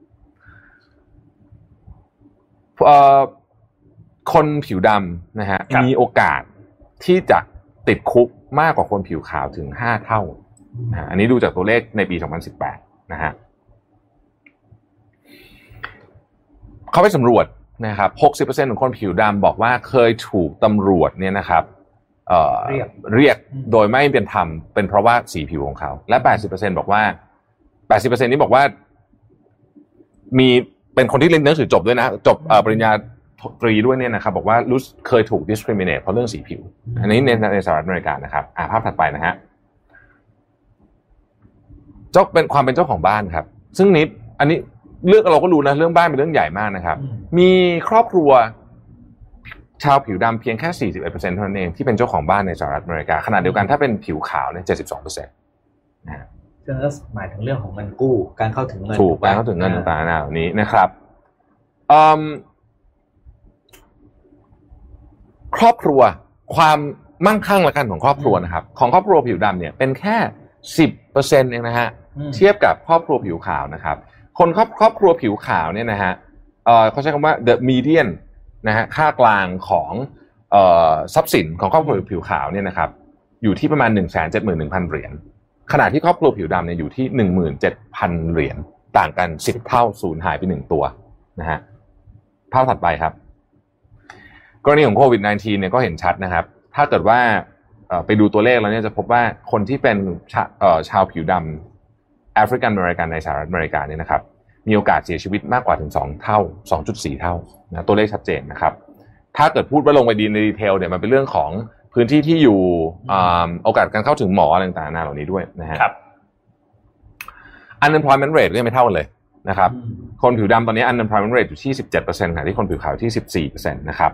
คนผิวดำนะฮะมีโอกาสที่จะติดคุกมากกว่าคนผิวขาวถึง5เท่าอันนี้ดูจากตัวเลขในปี2018นะฮะเขาไปสำรวจนะครับ 60% ของคนผิวดำบอกว่าเคยถูกตำรวจเนี่ยนะครับเรียกโดยไม่เป็นธรรมเป็นเพราะว่าสีผิวของเขาและ 80% บอกว่า 80% นี้บอกว่ามีเป็นคนที่เรียนหนังสือจบด้วยนะจบปริญญาตรีด้วยเนี่ยนะครับบอกว่าเคยถูก discriminate เพราะเรื่องสีผิวอันนี้ในสหรัฐอเมริกานะครับภาพถัดไปนะฮะเป็นความเป็นเจ้าของบ้านครับซึ่งอันนี้เรื่องเราก็รู้นะเรื่องบ้านเป็นเรื่องใหญ่มากนะครับมีครอบครัวชาวผิวดำเพียงแค่ 41% เท่านั้นเองที่เป็นเจ้าของบ้านในสหรัฐอเมริกาขณะเดียวกันถ้าเป็นผิวขาวเนี่ย 72% นะฮะซึ่งก็หมายถึงเรื่องของเงินกู้การเข้าถึงเงินถูกการเข้าถึงเงินต่างๆเหล่านี้นะครับครอบครัวความมั่งคั่งละกันของครอบครัวนะครับของครอบครัวผิวดำเนี่ยเป็นแค่ 10% เองนะฮะเทียบกับครอบครัวผิวขาวนะครับคนครอบครัวผิวขาวเนี่ยนะฮะเขาใช้คำว่า the median นะฮะค่ากลางของทรัพย์สินของครอบครัวผิวขาวเนี่ยนะครับอยู่ที่ประมาณ 171,000 เหรียญขณะที่ครอบครัวผิวดำเนี่ยอยู่ที่ 17,000 เหรียญต่างกัน10เท่าสูญหายไป1ตัวนะฮะภาพถัดไปครับกรณีของโควิด -19 เนี่ยก็เห็นชัดนะครับถ้าเกิดว่าไปดูตัวเลขแล้วเนี่ยจะพบว่าคนที่เป็นชาวผิวดำแอฟริกันอเมริกันในสหรัฐอเมริกาเนี่ยนะครับมีโอกาสเสียชีวิตมากกว่าถึง2เท่า 2.4 เท่านะตัวเลขชัดเจนนะครับถ้าเกิดพูดว่าลงไปดีในดีเทลเนี่ยมันเป็นเรื่องของพื้นที่ที่อยู่โอกาสการเข้าถึงหมออะไรต่างๆเหล่านี้ด้วยนะฮะ unemployment rate ก็ยังไม่เท่ากันเลยนะครับคนผิวดำตอนนี้ unemployment rate อยู่ที่ 17% ค่ะที่คนผิวขาวที่ 14% นะครับ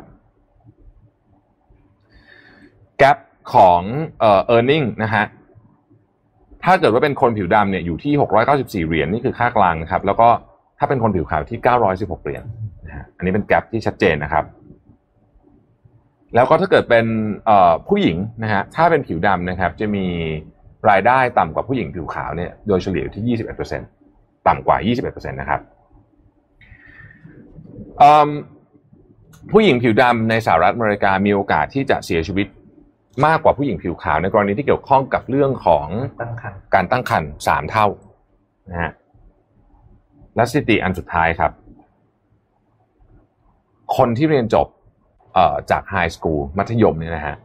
gap ของearning นะฮะถ้าเกิดว่าเป็นคนผิวดำเนี่ยอยู่ที่694เหรียญนี่คือค่ากลางนะครับแล้วก็ถ้าเป็นคนผิวขาวที่916เหรียญนะฮะอันนี้เป็น gap ที่ชัดเจนนะครับแล้วก็ถ้าเกิดเป็นผู้หญิงนะฮะถ้าเป็นผิวดำนะครับจะมีรายได้ต่ำกว่าผู้หญิงผิวขาวเนี่ยโดยเฉลี่ยอยู่ที่ 21% ต่ำกว่า 21% นะครับผู้หญิงผิวดำในสหรัฐอเมริกามีโอกาสที่จะเสียชีวิตมากกว่าผู้หญิงผิวขาวในกรณีที่เกี่ยวข้องกับเรื่องของการตั้งครรภ์3เท่านะฮะและสถิติอันสุดท้ายครับคนที่เรียนจบจากไฮสคูลมัธยมเนี่ยนะฮะ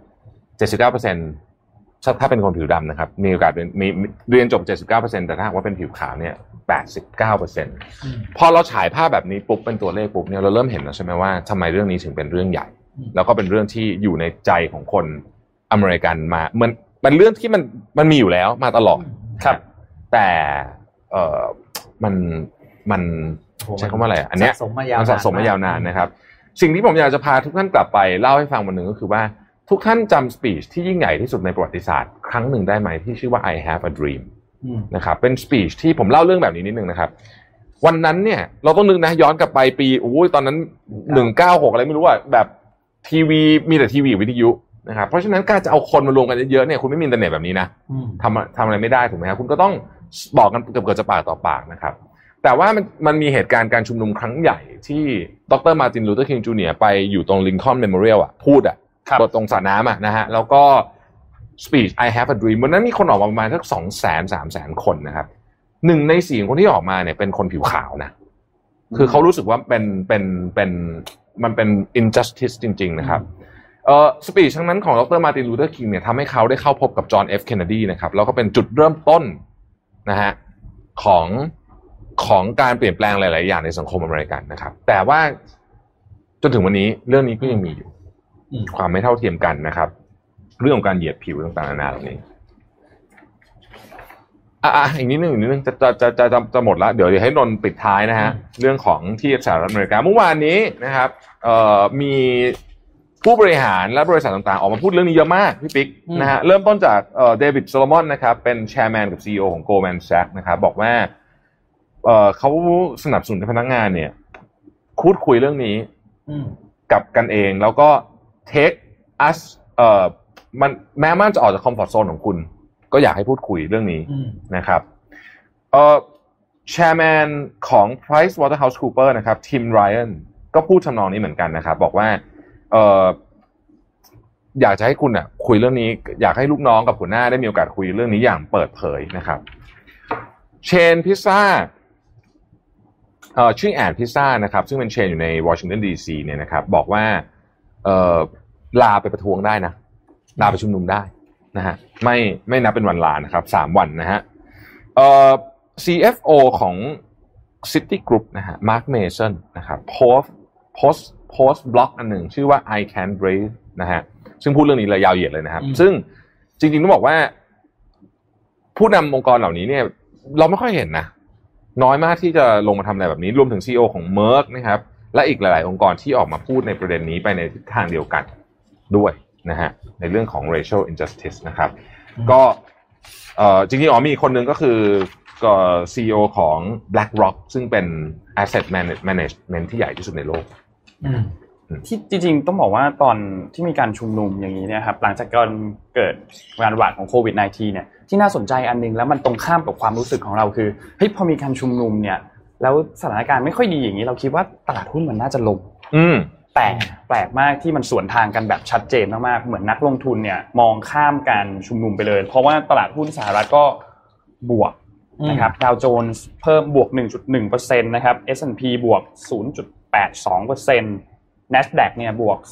79% ถ้าเป็นคนผิวดำนะครับมีโอกาสมีเรียนจบ 79% แต่ถ้าหากว่าเป็นผิวขาวเนี่ย 89% พอเราฉายภาพแบบนี้ปุ๊บเป็นตัวเลขปุ๊บเนี่ยเราเริ่มเห็นแล้วใช่ไหมว่าทำไมเรื่องนี้ถึงเป็นเรื่องใหญ่แล้วก็เป็นเรื่องที่อยู่ในใจของคนอเมริกันมามันเป็นเรื่องที่มันมีอยู่แล้วมาตลอดครับแต่มันใช้คำว่าอะไรอันเนี้ยมันสะสมมายาวนานนะครับสิ่งที่ผมอยากจะพาทุกท่านกลับไปเล่าให้ฟังวันหนึ่งก็คือว่าทุกท่านจำสปีชที่ยิ่งใหญ่ที่สุดในประวัติศาสตร์ครั้งหนึ่งได้ไหมที่ชื่อว่า I have a dream นะครับเป็นสปีชที่ผมเล่าเรื่องแบบนี้นิดนึงนะครับวันนั้นเนี่ยเราต้องนึกนะย้อนกลับไปปีตอนนั้น196อะไรไม่รู้อ่ะแบบทีวีมีแต่ทีวีวิทยุนะครับเพราะฉะนั้นการจะเอาคนมารวมกันเยอะๆเนี่ยคุณไม่มีอินเทอร์เน็ตแบบนี้นะทำอะไรไม่ได้ถูกไหมครับคุณก็ต้องบอกกันเกือบจะปากต่อปากนะครับแต่ว่ามันมีเหตุการณ์การชุมนุมครั้งใหญ่ที่ดร. มาร์ติน ลูเทอร์ คิง จูเนียร์ไปอยู่ตรงลิงคอล์นเมโมเรียลอ่ะพูดอ่ะตรงสระน้ำอ่ะนะฮะแล้วก็สปีช I have a dream วันนั้นมีคนออกมาประมาณสัก 200,000-300,000 คนนะครับ1 ใน 4คนที่ออกมาเนี่ยเป็นคนผิวขาวนะคือเขารู้สึกว่ามันเป็น injustice จริงๆนะครับสปีชทั้งนั้นของดร. มาร์ติน ลูเทอร์ คิงเนี่ยทำให้เขาได้เข้าพบกับจอห์น F. เคนเนดีนะครับแล้วก็เป็นจุดเริ่มต้นนะฮะของการเปลี่ยนแปลงหลายๆอย่างในสังคมอเมริกันนะครับแต่ว่าจนถึงวันนี้เรื่องนี้ก็ยังมีอยู่ความไม่เท่าเทียมกันนะครับเรื่องของการเหยียดผิวต่างๆนานาเหล่านี้อีกนิดนึงจะหมดแล้วเดี๋ยวให้นนท์ปิดท้ายนะฮะเรื่องของที่สหรัฐอเมริกาเมื่อวานนี้นะครับมีผู้บริหารและบริษัทต่างๆออกมาพูดเรื่องนี้เยอะมากพี่ปิ๊กนะฮะเริ่มต้นจากเดวิด โซโลมอนนะครับเป็นแชร์แมนกับ CEO ของ Goldman Sachs นะครับบอกว่าเขาสนับสนุนให้พนักงานเนี่ยพูดคุยเรื่องนี้กับกันเองแล้วก็ take us แม้มันจะออกจากคอมฟอร์ตโซนของคุณก็อยากให้พูดคุยเรื่องนี้นะครับแชร์แมนของ PricewaterhouseCoopers นะครับทิม ไรอันก็พูดทำนองนี้เหมือนกันนะครับบอกว่าอยากจะให้คุณคุยเรื่องนี้อยากให้ลูกน้องกับหัวหน้าได้มีโอกาสคุยเรื่องนี้อย่างเปิดเผยนะครับเชนพิซซ่าชื่อแอนพิซซ่านะครับซึ่งเป็นเชนอยู่ในวอชิงตันดีซีเนี่ยนะครับบอกว่าลาไปประท้วงได้นะลาไปชุมนุมได้นะฮะไม่นับเป็นวันลานะครับ3 วันนะฮะCFO ของ City Group นะฮะมาร์คเมสันนะครับโพสต์บล็อกอันหนึ่งชื่อว่า I Can't Breathe นะฮะซึ่งพูดเรื่องนี้เลยยาวเหยียดเลยนะครับซึ่งจริงๆต้องบอกว่าผู้นำองค์กรเหล่านี้เนี่ยเราไม่ค่อยเห็นนะน้อยมากที่จะลงมาทำอะไรแบบนี้รวมถึง CEO ของ Merck นะครับและอีกหลายๆองค์กรที่ออกมาพูดในประเด็นนี้ไปในทิศทางเดียวกันด้วยนะฮะในเรื่องของ racial injustice นะครับก็จริงๆมีคนหนึ่งก็คือCEO ของ BlackRock ซึ่งเป็น asset management ที่ใหญ่ที่สุดในโลกที่จริงๆต้องบอกว่าตอนที่มีการชุมนุมอย่างนี้เนี่ยครับหลังจากการเกิดการระบาดของโควิด -19 เนี่ยที่น่าสนใจอันนึงแล้วมันตรงข้ามกับความรู้สึกของเราคือเฮ้ยพอมีการชุมนุมเนี่ยแล้วสถานการณ์ไม่ค่อยดีอย่างนี้เราคิดว่าตลาดหุ้นมันน่าจะลงแต่แปลกมากที่มันสวนทางกันแบบชัดเจนมากๆเหมือนนักลงทุนเนี่ยมองข้ามการชุมนุมไปเลยเพราะว่าตลาดหุ้นสหรัฐก็บวกนะครับดาวโจนส์เพิ่มบวก 1.1% นะครับ S&P บวก 0.82% NASDAQ เนี่ยบวก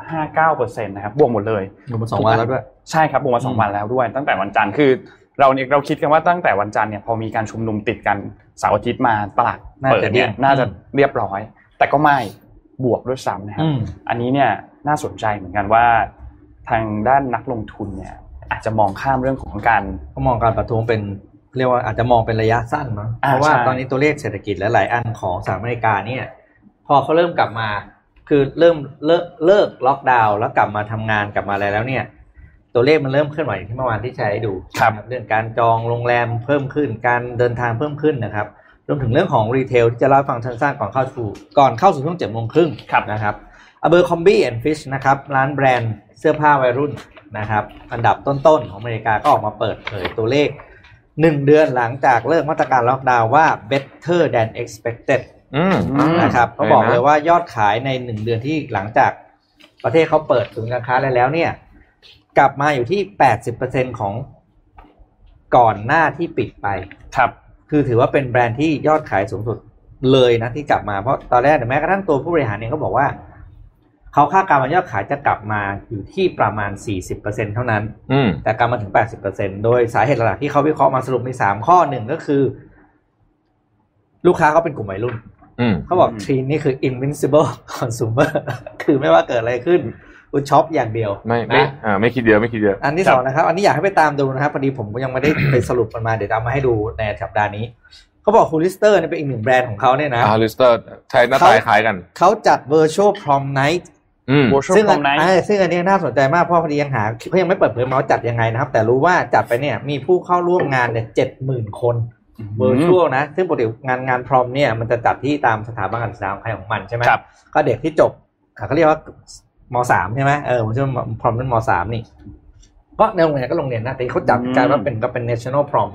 0.59% นะครับบวกหมดเลยบวกมา2วันแล้วด้วยใช่ครับบวกมา2วันแล้วด้วยตั้งแต่วันจันทร์คือเราคิดกันว่าตั้งแต่วันจันทร์เนี่ยพอมีการชุมนุมติดกันเสาร์อาทิตย์มาตลาดเปิดเนี่ยน่าจะเรียบร้อยแต่ก็ไม่บวกด้วยซ้ำนะครับอันนี้เนี่ยน่าสนใจเหมือนกันว่าทางด้านนักลงทุนเนี่ยอาจจะมองข้ามเรื่องของการมองการประท้วงเป็นเรียกว่าอาจจะมองเป็นระยะสั้นมั้งเพราะว่าตอนนี้ตัวเลขเศรษฐกิจและหลายอันของสหรัฐอเมริกาเนี่ยพอเขาเริ่มกลับมาคือเริ่มเลิกล็อกดาวน์แล้วกลับมาทำงานกลับมาอะไรแล้วเนี่ยตัวเลขมันเริ่มเคลื่อนไหวที่เมื่อวานที่ใช้ให้ดูเรื่องการจองโรงแรมเพิ่มขึ้นการเดินทางเพิ่มขึ้นนะครับรวมถึงเรื่องของรีเทลที่จะเล่าฟังสั้นๆก่อนเข้าสู่ช่วง 7:30 น.นะครับ Abercrombie & Fitch นะครับร้านแบรนด์เสื้อผ้าวัยรุ่นนะครับอันดับต้นๆของอเมริกาก็ออกมาเปิดเผยตัวเลข1เดือนหลังจากเลิกมาตรการล็อกดาวน์ว่า better than expected นะครับเขาบอกเลยว่ายอดขายใน1เดือนที่หลังจากประเทศเขาเปิดศูนย์การค้าแล้วเนี่ยกลับมาอยู่ที่ 80% ของก่อนหน้าที่ปิดไปครับคือถือว่าเป็นแบรนด์ที่ยอดขายสูงสุดเลยนะที่กลับมาเพราะตอนแรกแม้กระทั่งตัวผู้บริหารเองก็บอกว่าเขาคาดการณ์ว่ายอดขายจะกลับมาอยู่ที่ประมาณ 40% เท่านั้นแต่กลับมาถึง 80% โดยสาเหตุหลักที่เขาวิเคราะห์มาสรุปมี3ข้อหนึ่งก็คือลูกค้าเขาเป็นกลุ่มวัยรุ่นเขาบอกทรีนนี่คือ invincible consumer คือไม่ว่าเกิดอะไรขึ้นคุณช็อปอย่างเดียวไม่คิดเยอะอันที่2นะครับอันนี้อยากให้ไปตามดูนะครับพอดีผมยังไม่ได้ไปสรุปมันมาเดี๋ยวเอามาให้ดูในสัปดาห์นี้เขาบอก Hollister เนี่ยเป็นอีกหนึ่งแบรนด์ของเขาเนี่ยนะ Hollister ใช้หน้าตาคล้ายกันเขาจัด Virtual Prom Night ซึ่งอันนี้น่าสนใจมากเพราะพอดียังหาเขายังไม่เปิดเผยมาว่าจัดยังไงนะครับแต่รู้ว่าจัดไปเนี่ยมีผู้เข้าร่วมงานเนี่ย 70,000 คน Virtual นะซึ่งปกติงานพรอมเนี่ยมันจะจัดที่ตามสถาบันการศึกษาของใครของมันใช่ไหมก็เด็กที่จบเขาเรียกว่าม.3 ใช่ไหมผมเชื่อว่าพรอมเป็นม.3 นี่ก็ในโรงเรียนก็โรงเรียนนะแต่เขาจัดกลายว่าเป็น national prom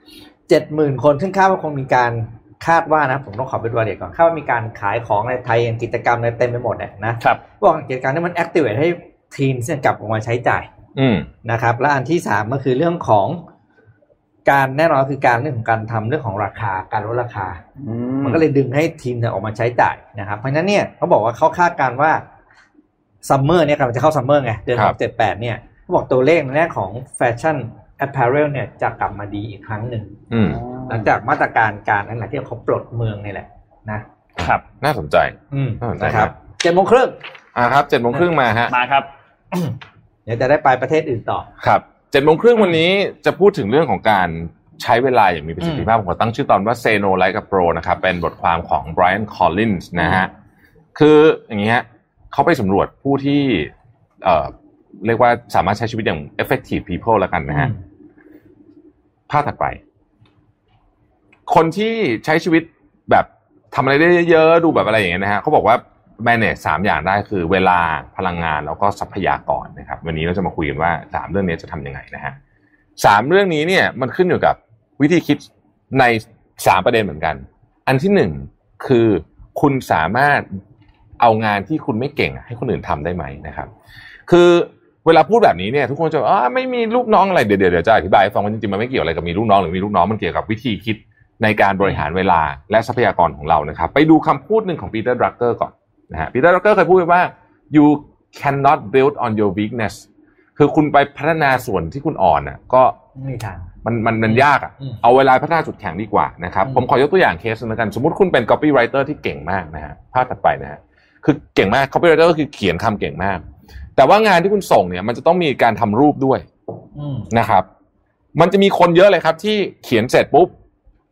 70,000 คนซึ่งคาดว่าคงมีการคาดว่านะผมต้องขอไปดูรายละเอียดก่อนคาดว่ามีการขายของในไทยกิจกรรมในเต็มไปหมดเนี่ยนะครับบอกกิจกรรมนี้มัน activate ให้ทีนเนี่ยกลับออกมาใช้จ่ายนะครับและอันที่3ก็คือเรื่องของการแน่นอนคือการเรื่องของการทำเรื่องของราคาการลดราคามันก็เลยดึงให้ทีมเนี่ยออกมาใช้จ่ายนะครับเพราะฉะนั้นเนี่ยเขาบอกว่าเขาคาดการณ์ว่าซัมเมอร์เนี่ยกำลังจะเข้าซัมเมอร์ไงเดือน78เนี่ยเขาบอกตัวเลขในแง่ของแฟชั่นapparel เนี่ยจะกลับมาดีอีกครั้งหนึ่งหลังจากมาตรการการนั่นแหละที่เขาปลดเมืองนี่แหละนะครับน่าสนใจนะครับ 7:30 น. ครับ 7:30 น.มาฮะมาครับเดี๋ยวจะได้ไปประเทศอื่นต่อครับ 7:30 น.วันนี้จะพูดถึงเรื่องของการใช้เวลาอย่างมีประสิทธิภาพผมตั้งชื่อตอนว่า Say No Like a Pro นะครับเป็นบทความของ Brian Collins นะฮะคืออย่างงี้ฮะเขาไปสำรวจผู้ที่เรียกว่าสามารถใช้ชีวิตอย่าง effective people แล้วกันนะฮะภาพถัดไปคนที่ใช้ชีวิตแบบทำอะไรได้เยอะๆดูแบบอะไรอย่างเงี้ยนะฮะเขาบอกว่า manage 3อย่างได้คือเวลาพลังงานแล้วก็ทรัพยากรนะครับวันนี้เราจะมาคุยกันว่า3เรื่องนี้จะทำยังไงนะฮะ3เรื่องนี้เนี่ยมันขึ้นอยู่กับวิธีคิดใน3ประเด็นเหมือนกันอันที่1คือคุณสามารถเอางานที่คุณไม่เก่งให้คนอื่นทำได้ไหมนะครับคือเวลาพูดแบบนี้เนี่ยทุกคนจะไม่มีลูกน้องอะไรเดี๋ยวจะอธิบายให้ฟังว่าจริงๆมันไม่เกี่ยวอะไรกับมีลูกน้องหรือมีลูกน้องมันเกี่ยวกับวิธีคิดในการบริหารเวลาและทรัพยากรของเรานะครับไปดูคำพูดหนึ่งของปีเตอร์ดรักเกอร์ก่อนนะฮะปีเตอร์ดรักเกอร์เคยพูดไว้ว่า you cannot build on your weakness คือคุณไปพัฒนาส่วนที่คุณอ่อนน่ะก็ไม่ทันมันยากอ่ะเอาเวลาพัฒนาจุดแข็งดีกว่านะครับผมขอยกตัวอย่างเคสนึงกันสมมุติคุณเป็น copywriter ที่เก่งมากนะฮะภาพถัดไปนะฮะคือเก่งมาก copywriter ก็คือเขียนคำเก่งมากแต่ว่างานที่คุณส่งเนี่ยมันจะต้องมีการทำรูปด้วยนะครับมันจะมีคนเยอะเลยครับที่เขียนเสร็จปุ๊บ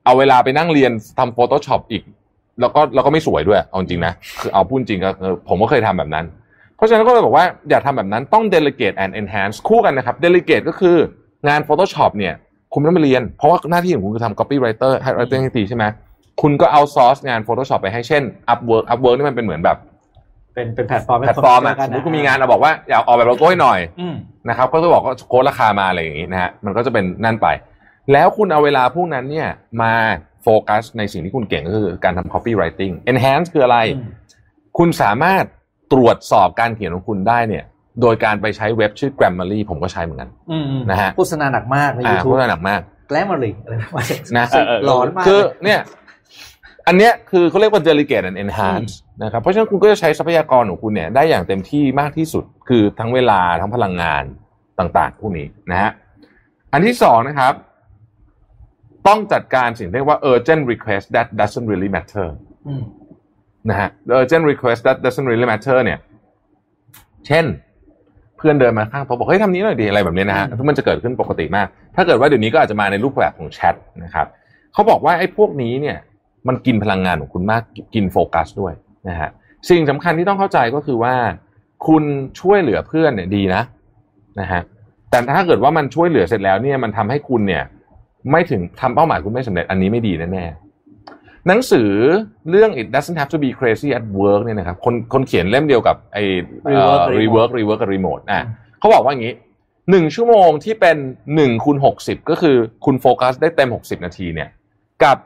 เอาเวลาไปนั่งเรียนทำ Photoshop อีกแล้วก็ไม่สวยด้วยเอาจริงนะคือเอาพูดจริงก็ผมก็เคยทำแบบนั้นเพราะฉะนั้นก็เลยบอกว่าอย่าทำแบบนั้นต้อง delegate and enhance คู่กันนะครับ delegate ก็คืองาน Photoshop เนี่ยคุณไม่ต้องไปเรียนเพราะว่าหน้าที่ของคุณคือทำ copywriter ให้ writing ให้ดีใช่ไหมคุณก็ outsource งาน Photoshop ไปให้เช่น Upwork นี่มันเป็นเหมือนแบบเป็นแพลตฟอร์มสมมติคุณมีงานเราบอกว่าอยากออกแบบโลโก้ให้หน่อยนะครับก็จะบอกว่าโค้ดราคามาอะไรอย่างงี้นะฮะมันก็จะเป็นนั่นไปแล้วคุณเอาเวลาพวกนั้นเนี่ยมาโฟกัสในสิ่งที่คุณเก่งก็คือการทำ copywriting enhance คืออะไรคุณสามารถตรวจสอบการเขียนของคุณได้เนี่ยโดยการไปใช้เว็บชื่อ Grammarly ผมก็ใช้เหมือนกันนะฮะโฆษณาหนักมากใน YouTube โฆษณาหนักมาก Grammarly อะไรนะร้อนมากคือเนี่ยอันเนี้ยคือเขาเรียกว่า delegate and enhance นะครับเพราะฉะนั้นคุณก็จะใช้ทรัพยากรของคุณเนี่ยได้อย่างเต็มที่มากที่สุดคือทั้งเวลาทั้งพลังงานต่างๆพวกนี้นะฮะอันที่สองนะครับต้องจัดการสิ่งที่เรียกว่า urgent request that doesn't really matter นะฮะ urgent request that doesn't really matter เนี่ยเช่นเพื่อนเดินมาข้างโต๊ะบอกเฮ้ยทำนี้หน่อยดีอะไรแบบนี้นะฮะมันจะเกิดขึ้นปกติมากถ้าเกิดว่าเดี๋ยวนี้ก็อาจจะมาในรูปแบบของแชทนะครับเขาบอกว่าไอ้พวกนี้เนี่ยมันกินพลังงานของคุณมากกินโฟกัสด้วยนะฮะสิ่งสำคัญที่ต้องเข้าใจก็คือว่าคุณช่วยเหลือเพื่อนเนี่ยดีนะฮะแต่ถ้าเกิดว่ามันช่วยเหลือเสร็จแล้วเนี่ยมันทำให้คุณเนี่ยไม่ถึงทำเป้าหมายคุณไม่สำเร็จอันนี้ไม่ดีแน่ๆหนังสือเรื่อง It Doesn't Have to Be Crazy at Work เนี่ยนะครับคนเขียนเล่มเดียวกับไอ้ Rework กับ Remote เขาบอกว่าอย่างนี้1ชั่วโมงที่เป็น1x60ก็คือคุณโฟกัสได้เต็ม60นาทีเนี่ยกับ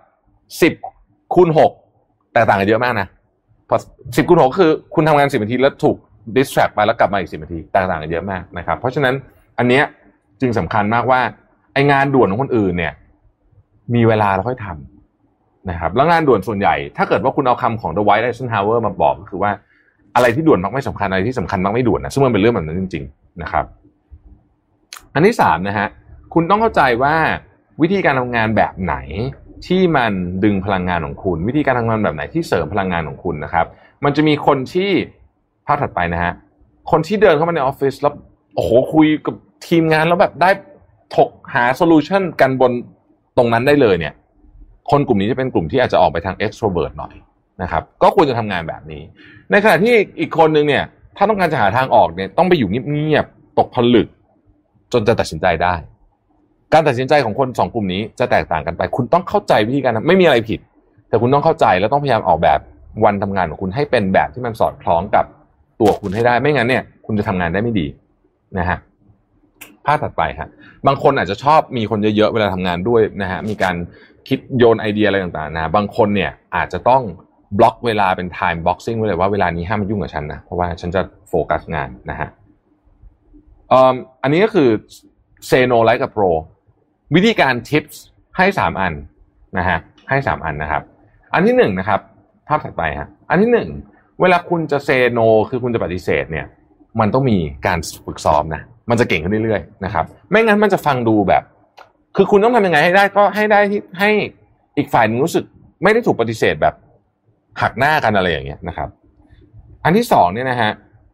10x6แตกต่างกันเยอะมากนะพอ10x6คือคุณทำงาน10นาทีแล้วถูก distract ไปแล้วกลับมาอีก10นาทีแตกต่างกันเยอะมากนะครับเพราะฉะนั้นอันเนี้ยจึงสำคัญมากว่าไองานด่วนของคนอื่นเนี่ยมีเวลาแล้วค่อยทำนะครับแล้วงานด่วนส่วนใหญ่ถ้าเกิดว่าคุณเอาคำของ The White Eisenhower มาบอกก็คือว่าอะไรที่ด่วนมักไม่สำคัญอะไรที่สำคัญมักไม่ด่วนนะซึ่งมันเป็นเรื่องแบบนั้นจริงๆนะครับอันที่3นะฮะคุณต้องเข้าใจว่าวิธีการทำงานแบบไหนที่มันดึงพลังงานของคุณวิธีการทำงานแบบไหนที่เสริมพลังงานของคุณนะครับมันจะมีคนที่ภาพถัดไปนะฮะคนที่เดินเข้ามาในออฟฟิศแล้วโอ้โหคุยกับทีมงานแล้วแบบได้ถกหาโซลูชันกันบนตรงนั้นได้เลยเนี่ยคนกลุ่มนี้จะเป็นกลุ่มที่อาจจะออกไปทาง extrovert หน่อยนะครับก็ควรจะทำงานแบบนี้ในขณะที่อีกคนนึงเนี่ยถ้าต้องการจะหาทางออกเนี่ยต้องไปอยู่เงียบๆตกผลึกจนจะตัดสินใจได้การตัดสินใจของคน2กลุ่มนี้จะแตกต่างกันไปคุณต้องเข้าใจวิธีการไม่มีอะไรผิดแต่คุณต้องเข้าใจแล้วต้องพยายามออกแบบวันทำงานของคุณให้เป็นแบบที่มันสอดคล้องกับตัวคุณให้ได้ไม่งั้นเนี่ยคุณจะทำงานได้ไม่ดีนะฮะภาพถัดไปฮะบางคนอาจจะชอบมีคนเยอะๆเวลาทำงานด้วยนะฮะมีการคิดโยนไอเดียอะไรต่างๆนะบางคนเนี่ยอาจจะต้องบล็อกเวลาเป็น time boxing ไว้เลยว่าเวลานี้ห้ามมายุ่งกับฉันนะเพราะว่าฉันจะโฟกัสงานนะฮะอันนี้ก็คือ say no like a pro วิธีการ tips ให้3อันนะฮะให้3อันนะครับอันที่1นะครับภาพถัดไปฮะอันที่1เวลาคุณจะ say no คือคุณจะปฏิเสธเนี่ยมันต้องมีการฝึกซ้อมนะมันจะเก่งขึ้นเรื่อยๆนะครับไม่งั้นมันจะฟังดูแบบคือคุณต้องทำยังไงให้ได้ก็ให้ได้ที่ให้อีกฝ่ายนึงรู้สึกไม่ได้ถูกปฏิเสธแบบหักหน้ากันอะไรอย่างเงี้ยนะครับอันที่2เนี่ยนะฮะ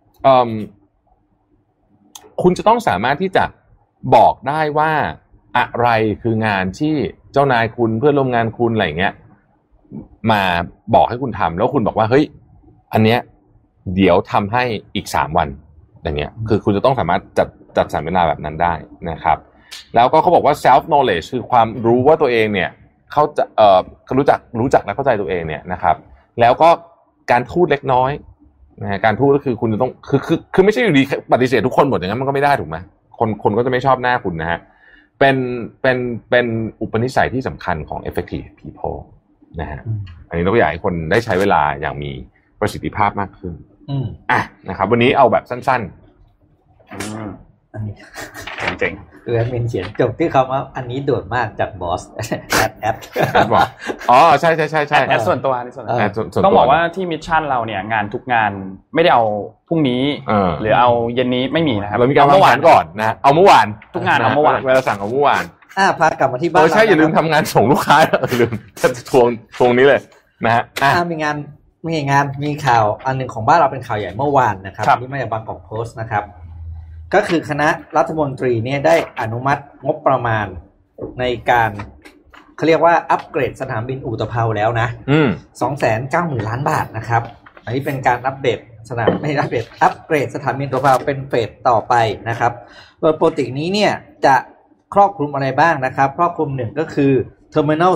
คุณจะต้องสามารถที่จะบอกได้ว่าอะไรคืองานที่เจ้านายคุณเพื่อนร่วมงานคุณอะไรอย่างเงี้ยมาบอกให้คุณทำแล้วคุณบอกว่าเฮ้ยอันเนี้ยเดี๋ยวทำให้อีก3วันอย่างเงี้ยคือคุณจะต้องสามารถจัดสรรเวลาแบบนั้นได้นะครับแล้วก็เขาบอกว่า self knowledge คือความรู้ว่าตัวเองเนี่ยเขาจะรู้จักและเข้าใจตัวเองเนี่ยนะครับแล้วก็การพูดเล็กน้อยนะการพูดก็คือคุณจะต้องคือไม่ใช่อยู่ดีปฏิเสธทุกคนหมดอย่างนั้นมันก็ไม่ได้ถูกไหมคนก็จะไม่ชอบหน้าคุณนะฮะเป็นอุปนิสัยที่สำคัญของ effective people นะฮะอันนี้เราก็อยากให้คนได้ใช้เวลาอย่างมีประสิทธิภาพมากขึ้นนะครับวันนี้เอาแบบสั้นอันนี้เจ๋งๆแอดมินเขียนจบที่คำว่าอันนี้โดดมากจากบอสแอดบอกอ๋อใช่แอดส่วนตัวต้องบอกว่าที่มิชชั่นเราเนี่ยงานทุกงานไม่ได้เอาพรุ่งนี้หรือเอาเย็นนี้ไม่มีนะครับเรามีการวางแผนก่อนนะเอาเมื่อวานทุกงานเอาเมื่อวานเวลาสั่งเอาเมื่อวานพากลับมาที่บ้านใช่อย่าลืมทำงานส่งลูกค้าลืมทวงนี้เลยนะฮะมีข่าวอันหนึ่งของบ้านเราเป็นข่าวใหญ่เมื่อวานนะครับที่มาจากบางกอกโพสต์นะครับก็คือคณะรัฐมนตรีเนี่ยได้อนุมัติงบประมาณในการเขาเรียกว่าอัปเกรดสนามบินอุตภเปาแล้วนะ290,000 ล้านบาทนะครับอันนี้เป็นการอัปเดตอัปเกรดสนามบินอุตภเปาเป็นเฟสต่อไปนะครับโดยโปรเจกต์นี้เนี่ยจะครอบคลุมอะไรบ้างนะครับครอบคลุม1ก็คือ Terminal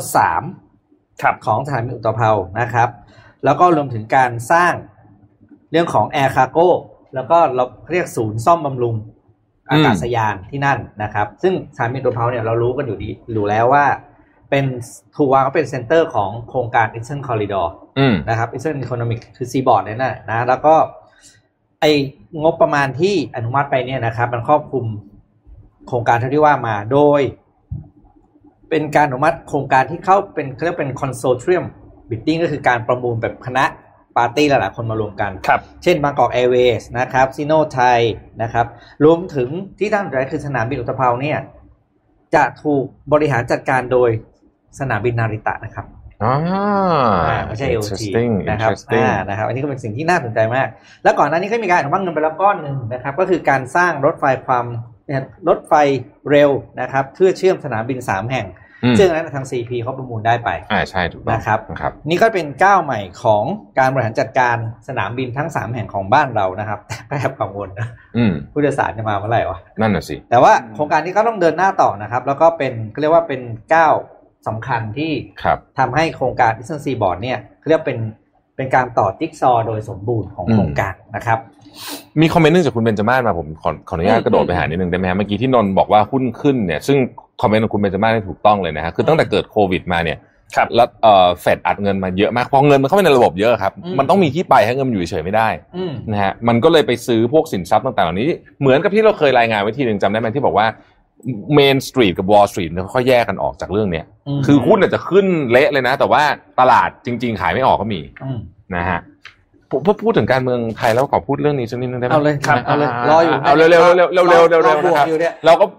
3ของสนามบินอุตภเปานะครับแล้วก็รวมถึงการสร้างเรื่องของ Air Cargo แล้วก็เราเรียกศูนย์ซ่อมบำรุงอากาศยานที่นั่นนะครับซึ่งสนามบินอุตภเปาเนี่ยเรารู้กันอยู่แล้วว่าเป็นถูกวางก็เป็นเซ็นเตอร์ของโครงการ Eastern Corridor นะครับ Eastern Economic คือ Seaboard เนี่ยนะแล้วก็ไอ้งบประมาณที่อนุมัติไปเนี่ยนะครับมันครอบคลุมโครงการที่ว่ามาโดยเป็นการอนุมัติโครงการที่เข้าเป็นเขาเรียกเป็น Consortium Bidding ก็คือการประมูลแบบคณะปาร์ตี้หลายๆคนมารวมกันเช่นบางกอกแอร์เวย์สนะครับซิโนไทยนะครับรวมถึงที่ตั้งใจคือสนามบินอุตภเปาเนี่ยจะถูกบริหารจัดการโดยสนามบินนาริตะนะครับไม่ใช่ LT นะครับนะครับอันนี้ก็เป็นสิ่งที่น่าสนใจมากแล้วก่อนหน้านี้ก็มีการอนุมัติเงินไปแล้วก้อนหนึ่งนะครับก็คือการสร้างรถไฟเร็วนะครับเพื่อเชื่อมสนามบิน3แห่งซึ่งนั้นทาง CP เขาประมูลได้ไปใช่ถูกต้องนะครับนี่ก็เป็นก้าวใหม่ของการบริหารจัดการสนามบินทั้ง3แห่งของบ้านเรานะครับแต่แอบกังวลนะผู้โดยสารจะมาเมื่อไหร่วะนั่นน่ะสิแต่ว่าโครงการนี้ก็ต้องเดินหน้าต่อนะครับแล้วก็เป็นเรียกว่าเป็นก้าวสำคัญที่ทำให้โครงการ Eastern Seaboard เนี่ยเรียกเป็นการต่อจิ๊กซอว์โดยสมบูรณ์ของโครงการนะครับมีคอมเมนต์นึงจากคุณเบญจมาศมาผมขออนุญาตกระโดดไปหานิดนึงได้ไหมฮะเมื่อกี้ที่นนท์บอกว่าหุ้นขึ้นเนี่ยซึ่งคอมเมนต์ของคุณเบญจมาศนี่ถูกต้องเลยนะฮะคือตั้งแต่เกิดโควิดมาเนี่ยแล้วเฟดอัดเงินมาเยอะมากพอเงินมันเข้าไปในระบบเยอะครับมันต้องมีที่ไปให้เงินอยู่เฉยไม่ได้นะฮะมันก็เลยไปซื้อพวกสินทรัพย์ต่างๆเหล่านี้เหมือนกับที่เราเคยรายงานไว้ทีนึงจำได้ไหมที่บอกว่าเมนสตรีทกับวอลล์สตรีทเนี่ยเขาแยกกันออกจากเรื่องเนี้ยคือหุ้นอาจจะขึ้นเละเลยนะแต่ว่าตลาดจริงๆขายไม่ออกก็มีนะฮะพูดถึงการเมืองไทยแล้วขอพูดเรื่องนี้สักนิดนึงได้ไหมเอาเลยครับเอาเลยรออยู่เอาเร็วนะครับเราก็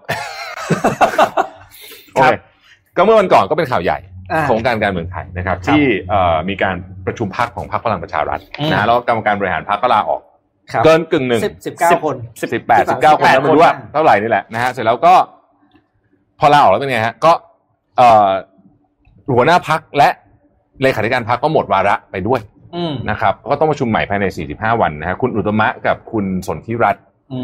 โอเคก็เมื่อวันก่อนก็เป็นข่าวใหญ่ของการเมืองไทยนะครับที่มีการประชุมพรรคของพรรคพลังประชารัฐนะแล้วกรรมการบริหารพรรคก็ลาออกเกินกึ่งหนึ่ง 19 คน 19 คนแล้วไม่รู้ว่าเท่าไหร่นี่แหละนะฮะเสร็จแล้วก็พอลาออกแล้วเป็นไงฮะก็หัวหน้าพรรคและเลขาธิการพรรคก็หมดวาระไปด้วยนะครับก็ต้องประชุมใหม่ภายใน45วันนะฮะคุณอุตมะกับคุณสนธิรัตน์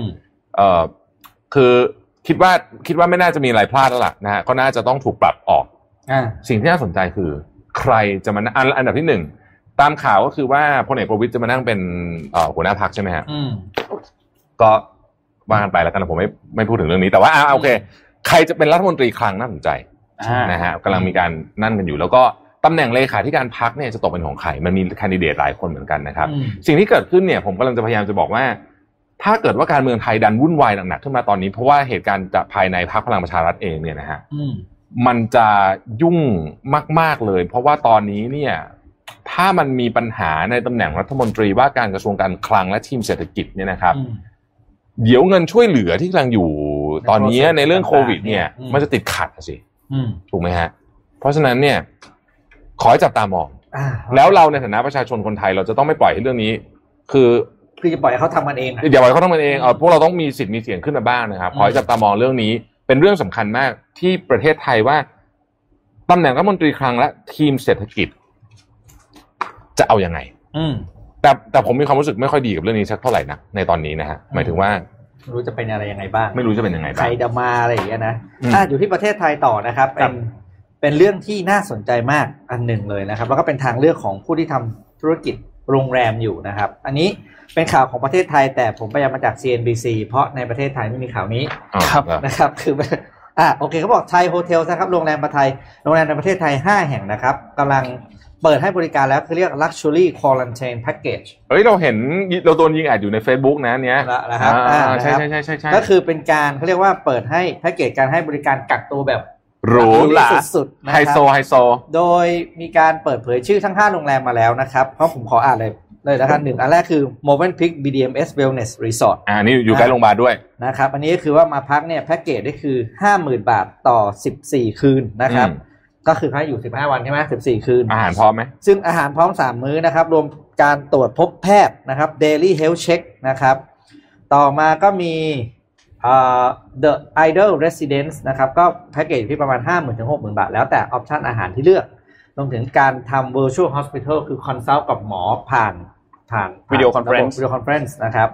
คือคิดว่าไม่น่าจะมีอะไรพลาดแล้วล่ะนะฮะก็น่าจะต้องถูกปรับออกสิ่งที่น่าสนใจคือใครจะมาอันดับที่1ตามข่าวก็คือว่าพลเอกประวิตรจะมานั่งเป็นหัวหน้าพรรคใช่ไหมฮะก็ว่ากันไปแล้วกันผมไม่พูดถึงเรื่องนี้แต่ว่าโอเคใครจะเป็นรัฐมนตรีคลังน่าสนใจนะฮะกำลังมีการนั่นกันอยู่แล้วก็ตำแหน่งเลขาธิการพรรคเนี่ยจะตกเป็นของใครมันมีแคนดิเดตหลายคนเหมือนกันนะครับสิ่งที่เกิดขึ้นเนี่ยผมกำลังจะพยายามจะบอกว่าถ้าเกิดว่าการเมืองไทยดันวุ่นวายหนักๆขึ้นมาตอนนี้เพราะว่าเหตุการณ์จากภายในพรรคพลังประชารัฐเองเนี่ยนะฮะมันจะยุ่งมากๆเลยเพราะว่าตอนนี้เนี่ยถ้ามันมีปัญหาในตำแหน่งรัฐมนตรีว่าการกระทรวงการคลังและทีมเศรษฐกิจเนี่ยนะครับเดี๋ยวเงินช่วยเหลือที่กำลังอยู่ตอนนี้ในเรื่องโควิดเนี่ยมันจะติดขัดสิถูกไหมฮะเพราะฉะนั้นเนี่ยขอให้จับตามองแล้วเราในฐานะประชาชนคนไทยเราจะต้องไม่ปล่อยให้เรื่องนี้คือจะปล่อยให้เขาทำมันเองอย่าปล่อยเขาทำมันเองพวกเราต้องมีสิทธิ์มีเสียงขึ้นมาบ้างนะครับขอให้จับตามองเรื่องนี้เป็นเรื่องสำคัญมากที่ประเทศไทยว่าตำแหน่งรัฐมนตรีคลังและทีมเศรษฐกิจจะเอายังไงแต่ผมมีความรู้สึกไม่ค่อยดีกับเรื่องนี้สักเท่าไหร่นะในตอนนี้นะฮะหมายถึงว่าไม่รู้จะเป็นอะไรยังไงบ้างไม่รู้จะเป็นยังไงบ้างใครจะมาอะไรอย่างเงี้ยนะอยู่ที่ประเทศไทยต่อนะครับเป็นเรื่องที่น่าสนใจมากอันหนึ่งเลยนะครับแล้วก็เป็นทางเลือกของผู้ที่ทำธุรกิจโรงแรมอยู่นะครับอันนี้เป็นข่าวของประเทศไทยแต่ผมไปมาจาก CNBC เพราะในประเทศไทยไม่มีข่าวนี้นะครับคือโอเคเขาบอกไทยโฮเทลนะครับโรงแรมในประเทศไทย5แห่งนะครับกำลังเปิดให้บริการแล้วคือเรียก Luxury Quarantine Package เราเห็นเราโดนยิงแอดอยู่ใน Facebook นะเนี้ยนะครับใช่ก็คือเป็นการเขาเรียกว่าเปิดให้แพ็กเกจการให้บริการกักตัวแบบหรูหราสุดๆไฮโซโดยมีการเปิดเผยชื่อทั้ง5โรงแรมมาแล้วนะครับเพราะผมขออ่านเลยนะครับ1อันแรกคือ Movenpick BDMs Wellness Resort นี่อยู่ใกล้โรงพยาบาลด้วยนะครับอันนี้ก็คือว่ามาพักเนี่ยแพ็กเกจได้คือ 50,000 บาทต่อ14คืนนะครับก็คือให้อยู่15วันใช่ไหม14คืนอาหารพร้อมไหมซึ่งอาหารพร้อม3มื้อนะครับรวมการตรวจพบแพทย์นะครับ Daily Health Check นะครับต่อมาก็มี The Idol Residence นะครับก็แพ็กเกจที่ประมาณ 50,000 ถึง 60,000 บาทแล้วแต่ออปชันอาหารที่เลือกรวมถึงการทำ Virtual Hospital คือ Consult กับหมอผ่าน Video Conference นะครับ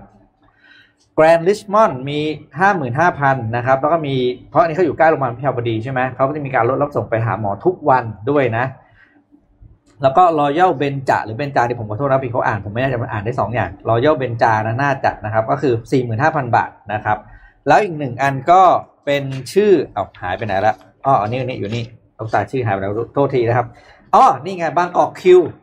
Grand Richmond มี 55,000 นะครับแล้วก็มีเพราะอันนี้เขาอยู่ใกล้โรงพยาบาลพิพาบดีใช่ไหมเขาก็จะมีการรับส่งไปหาหมอทุกวันด้วยนะแล้วก็ Royal Benja หรือ Benja ที่ผมขอโทษนะพี่เขาอ่านผมไม่แน่ใจมันอ่านได้2อย่าง Royal Benja นะน่าจะนะครับก็คือ 45,000 บาทนะครับแล้วอีก1อันก็เป็นชื่อหายไปไหนละอันนี้อยู่นี่เอาตาชื่อหายไปแล้วโทษทีนะครับนี่ไงบางออก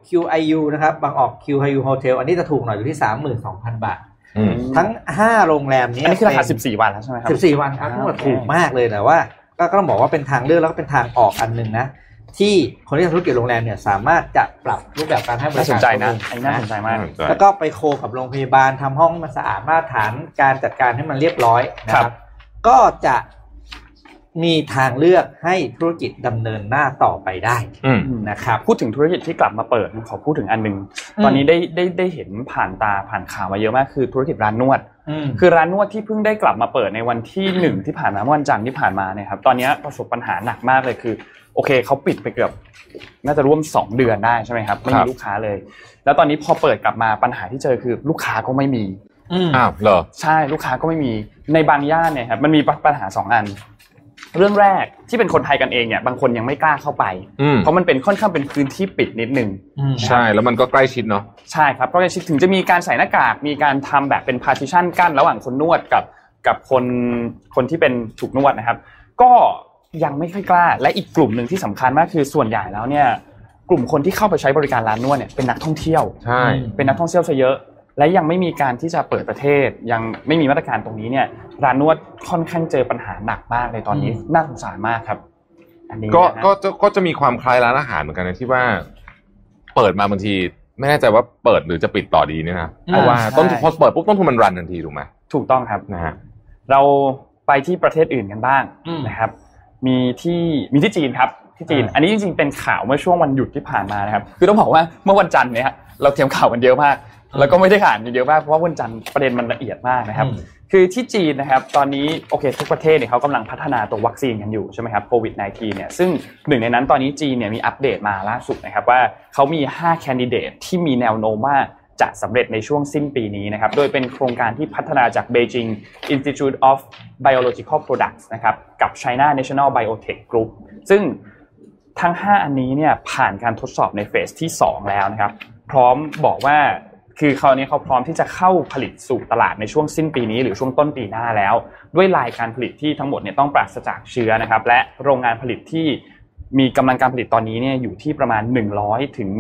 QIU นะครับบางออก QIU Hotel อันนี้จะถูกหน่อยอยู่ที่ 32,000 บาททั้ง5โรงแรมนี้อันนี้คือราคา14วันแล้วใช่ไหมครับ 14วันครับทั้งหมดถูกมากเลยแต่ว่าก็ต้องบอกว่าเป็นทางเลือกแล้วก็เป็นทางออกอันนึงนะที่คนที่ทำธุรกิจโรงแรมเนี่ยสามารถจะปรับรูปแบบการให้บริการน่าสนใจนะน่าสนใจมากแล้วก็ไปโคกับโรงพยาบาลทำห้องมันสะอาดมาตรฐานการจัดการให้มันเรียบร้อยนะครับก็จะมีทางเลือกให้ธุรกิจดำเนินหน้าต่อไปได้นะครับพูดถึงธุรกิจที่กลับมาเปิดขอพูดถึงอันนึงตอนนี้ได้เห็นผ่านข่าวมาเยอะมากคือธุรกิจร้านนวดคือร้านนวดที่เพิ่งได้กลับมาเปิดในวันที่1ที่ผ่านมาวันจันทร์ที่ผ่านมาเนี่ยครับตอนนี้ประสบปัญหาหนักมากเลยคือโอเคเขาปิดไปเกือบน่าจะร่วม2เดือนได้ใช่ไหมครับไม่มีลูกค้าเลยแล้วตอนนี้พอเปิดกลับมาปัญหาที่เจอคือลูกค้าก็ไม่มีเหรอใช่ลูกค้าก็ไม่มีในบางย่านเนี่ยครับมันมีปัญหา2อันเรื่องแรกที่เป็นคนไทยกันเองเนี่ยบางคนยังไม่กล้าเข้าไปเพราะมันเป็นค่อนข้างเป็นพื้นที่ปิดนิดนึงใช่แล้วมันก็ใกล้ชิดเนาะใช่ครับก็ใกล้ชิดถึงจะมีการใส่หน้ากากมีการทำแบบเป็น partition กั้นระหว่างคนนวดกับคนที่เป็นถูกนวดนะครับก็ยังไม่ค่อยกล้าและอีกกลุ่มนึงที่สำคัญมากคือส่วนใหญ่แล้วเนี่ยกลุ่มคนที่เข้าไปใช้บริการร้านนวดเนี่ยเป็นนักท่องเที่ยวใช่เป็นนักท่องเที่ยวซะเยอะและยังไม่มีการที่จะเปิดประเทศยังไม่มีมาตรการตรงนี้เนี่ยร้านนวดค่อนข้างเจอปัญหาหนักมากในตอนนี้น่าสงสารมากครับอันนี้ก็จะมีความคล้ายร้านอาหารเหมือนกันนะที่ว่าเปิดมาบางทีไม่แน่ใจว่าเปิดหรือจะปิดต่อดีเนี่ยนะเพราะว่าพอเปิดปุ๊บต้นทุนมันรันทันทีถูกไหมถูกต้องครับนะฮะเราไปที่ประเทศอื่นกันบ้างนะครับมีที่จีนครับที่จีนอันนี้จริงๆเป็นข่าวเมื่อช่วงวันหยุดที่ผ่านมานะครับคือต้องบอกว่าเมื่อวันจันทร์เนี่ยเราเตรียมข่าวกันเยอะมากแล้วก็ไม่ได้อ่านเยอะมากเพราะว่าวันจันทร์ประเด็นมันละเอียดมากนะครับคือที่จีนนะครับตอนนี้โอเคทุกประเทศเนี่ยเขากำลังพัฒนาตัววัคซีนกันอยู่ใช่ไหมครับโควิด -19 เนี่ยซึ่งหนึ่งในนั้นตอนนี้จีนเนี่ยมีอัปเดตมาล่าสุดนะครับว่าเขามี5แคนดิเดตที่มีแนวโน้มว่าจะสำเร็จในช่วงสิ้นปีนี้นะครับโดยเป็นโครงการที่พัฒนาจาก Beijing Institute of Biological Products นะครับกับ China National Biotech Group ซึ่งทั้ง5อันนี้เนี่ยผ่านการทดสอบในเฟสที่2แล้วนะครับพร้อมบอกว่าคือคราวนี้เขาพร้อมที่จะเข้าผลิตสู่ตลาดในช่วงสิ้นปีนี้หรือช่วงต้นปีหน้าแล้วด้วยลายการผลิตที่ทั้งหมดเนี่ยต้องปราศจากเชื้อนะครับและโรงงานผลิตที่มีกำลังการผลิตตอนนี้เนี่ยอยู่ที่ประมาณ100ถึง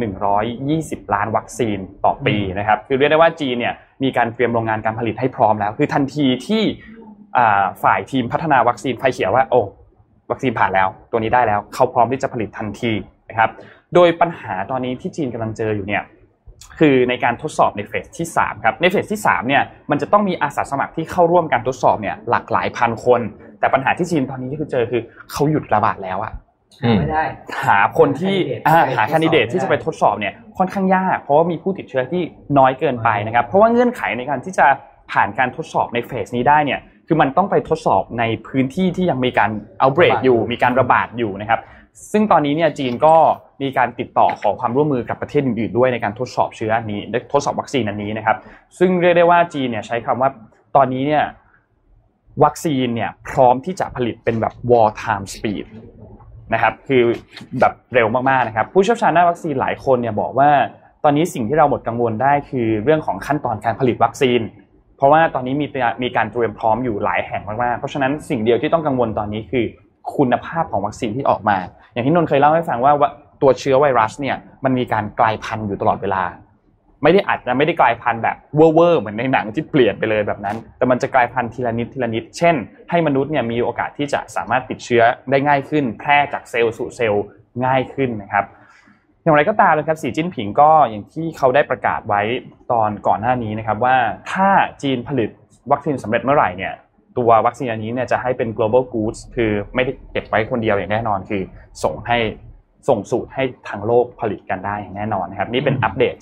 120ล้านวัคซีนต่อปีนะครับคือเรียกได้ว่าจีนเนี่ยมีการเตรียมโรงงานการผลิตให้พร้อมแล้วคือทันทีที่ฝ่ายทีมพัฒนาวัคซีนไฟเขียวว่าโอ้วัคซีนผ่านแล้วตัวนี้ได้แล้วเขาพร้อมที่จะผลิตทันทีนะครับโดยปัญหาตอนนี้ที่จีนกำลังเจออยู่เนี่ยคือในการทดสอบในเฟสที่3ครับในเฟสที่3เนี่ยมันจะต้องมีอาสาสมัครที่เข้าร่วมการทดสอบเนี่ยหลากหลายพันคนแต่ปัญหาที่จีนตอนนี้ที่คือเจอคือเขาหยุดระบาดแล้วอ่ะไม่ได้หาคนที่หาแคนดิเดตที่จะไปทดสอบเนี่ยค่อนข้างยากเพราะว่ามีผู้ติดเชื้อที่น้อยเกินไปนะครับเพราะว่าเงื่อนไขในการที่จะผ่านการทดสอบในเฟสนี้ได้เนี่ยคือมันต้องไปทดสอบในพื้นที่ที่ยังมีการoutbreakอยู่มีการระบาดอยู่นะครับซึ่งตอนนี้เนี่ยจีนก็มีการติดต่อขอความร่วมมือกับประเทศอื่นๆด้วยในการทดสอบเชื้อนี้ทดสอบวัคซีนอันนี้นะครับซึ่งเรียกได้ว่าจีนเนี่ยใช้คำว่าตอนนี้เนี่ยวัคซีนเนี่ยพร้อมที่จะผลิตเป็นแบบ war time speed นะครับคือแบบเร็วมากๆนะครับผู้เชี่ยวชาญด้านวัคซีนหลายคนเนี่ยบอกว่าตอนนี้สิ่งที่เราหมดกังวลได้คือเรื่องของขั้นตอนการผลิตวัคซีนเพราะว่าตอนนี้มีการเตรียมพร้อมอยู่หลายแห่งมากๆเพราะฉะนั้นสิ่งเดียวที่ต้องกังวลตอนนี้คือคุณภาพของวัคซีนที่ออกมาอย่างที่นนท์เคยเล่าให้ฟังว่าตัวเชื้อไวรัสเนี่ยมันมีการกลายพันธุ์อยู่ตลอดเวลาอาจจะไม่ได้กลายพันธุ์แบบเวอร์เหมือนในหนังที่เปลี่ยนไปเลยแบบนั้นแต่มันจะกลายพันธุ์ทีละนิดเช่นให้มนุษย์เนี่ยมีโอกาสที่จะสามารถติดเชื้อได้ง่ายขึ้นแพร่จากเซลล์สู่เซลล์ง่ายขึ้นนะครับอย่างไรก็ตามเลยครับสีจิ้นผิงก็อย่างที่เขาได้ประกาศไว้ตอนก่อนหน้านี้นะครับว่าถ้าจีนผลิตวัคซีนสำเร็จเมื่อไหร่เนี่ยตัววัคซีนอันนี้เนี่ยจะให้เป็น global goods คือไม่ได้เก็บไว้คนเดียวอย่างแน่นอนคือส่งสูตรให้ทางโลกผลิตกันได้อย่างแน่นอนนะครับนี่เป็นอัปเดตจาก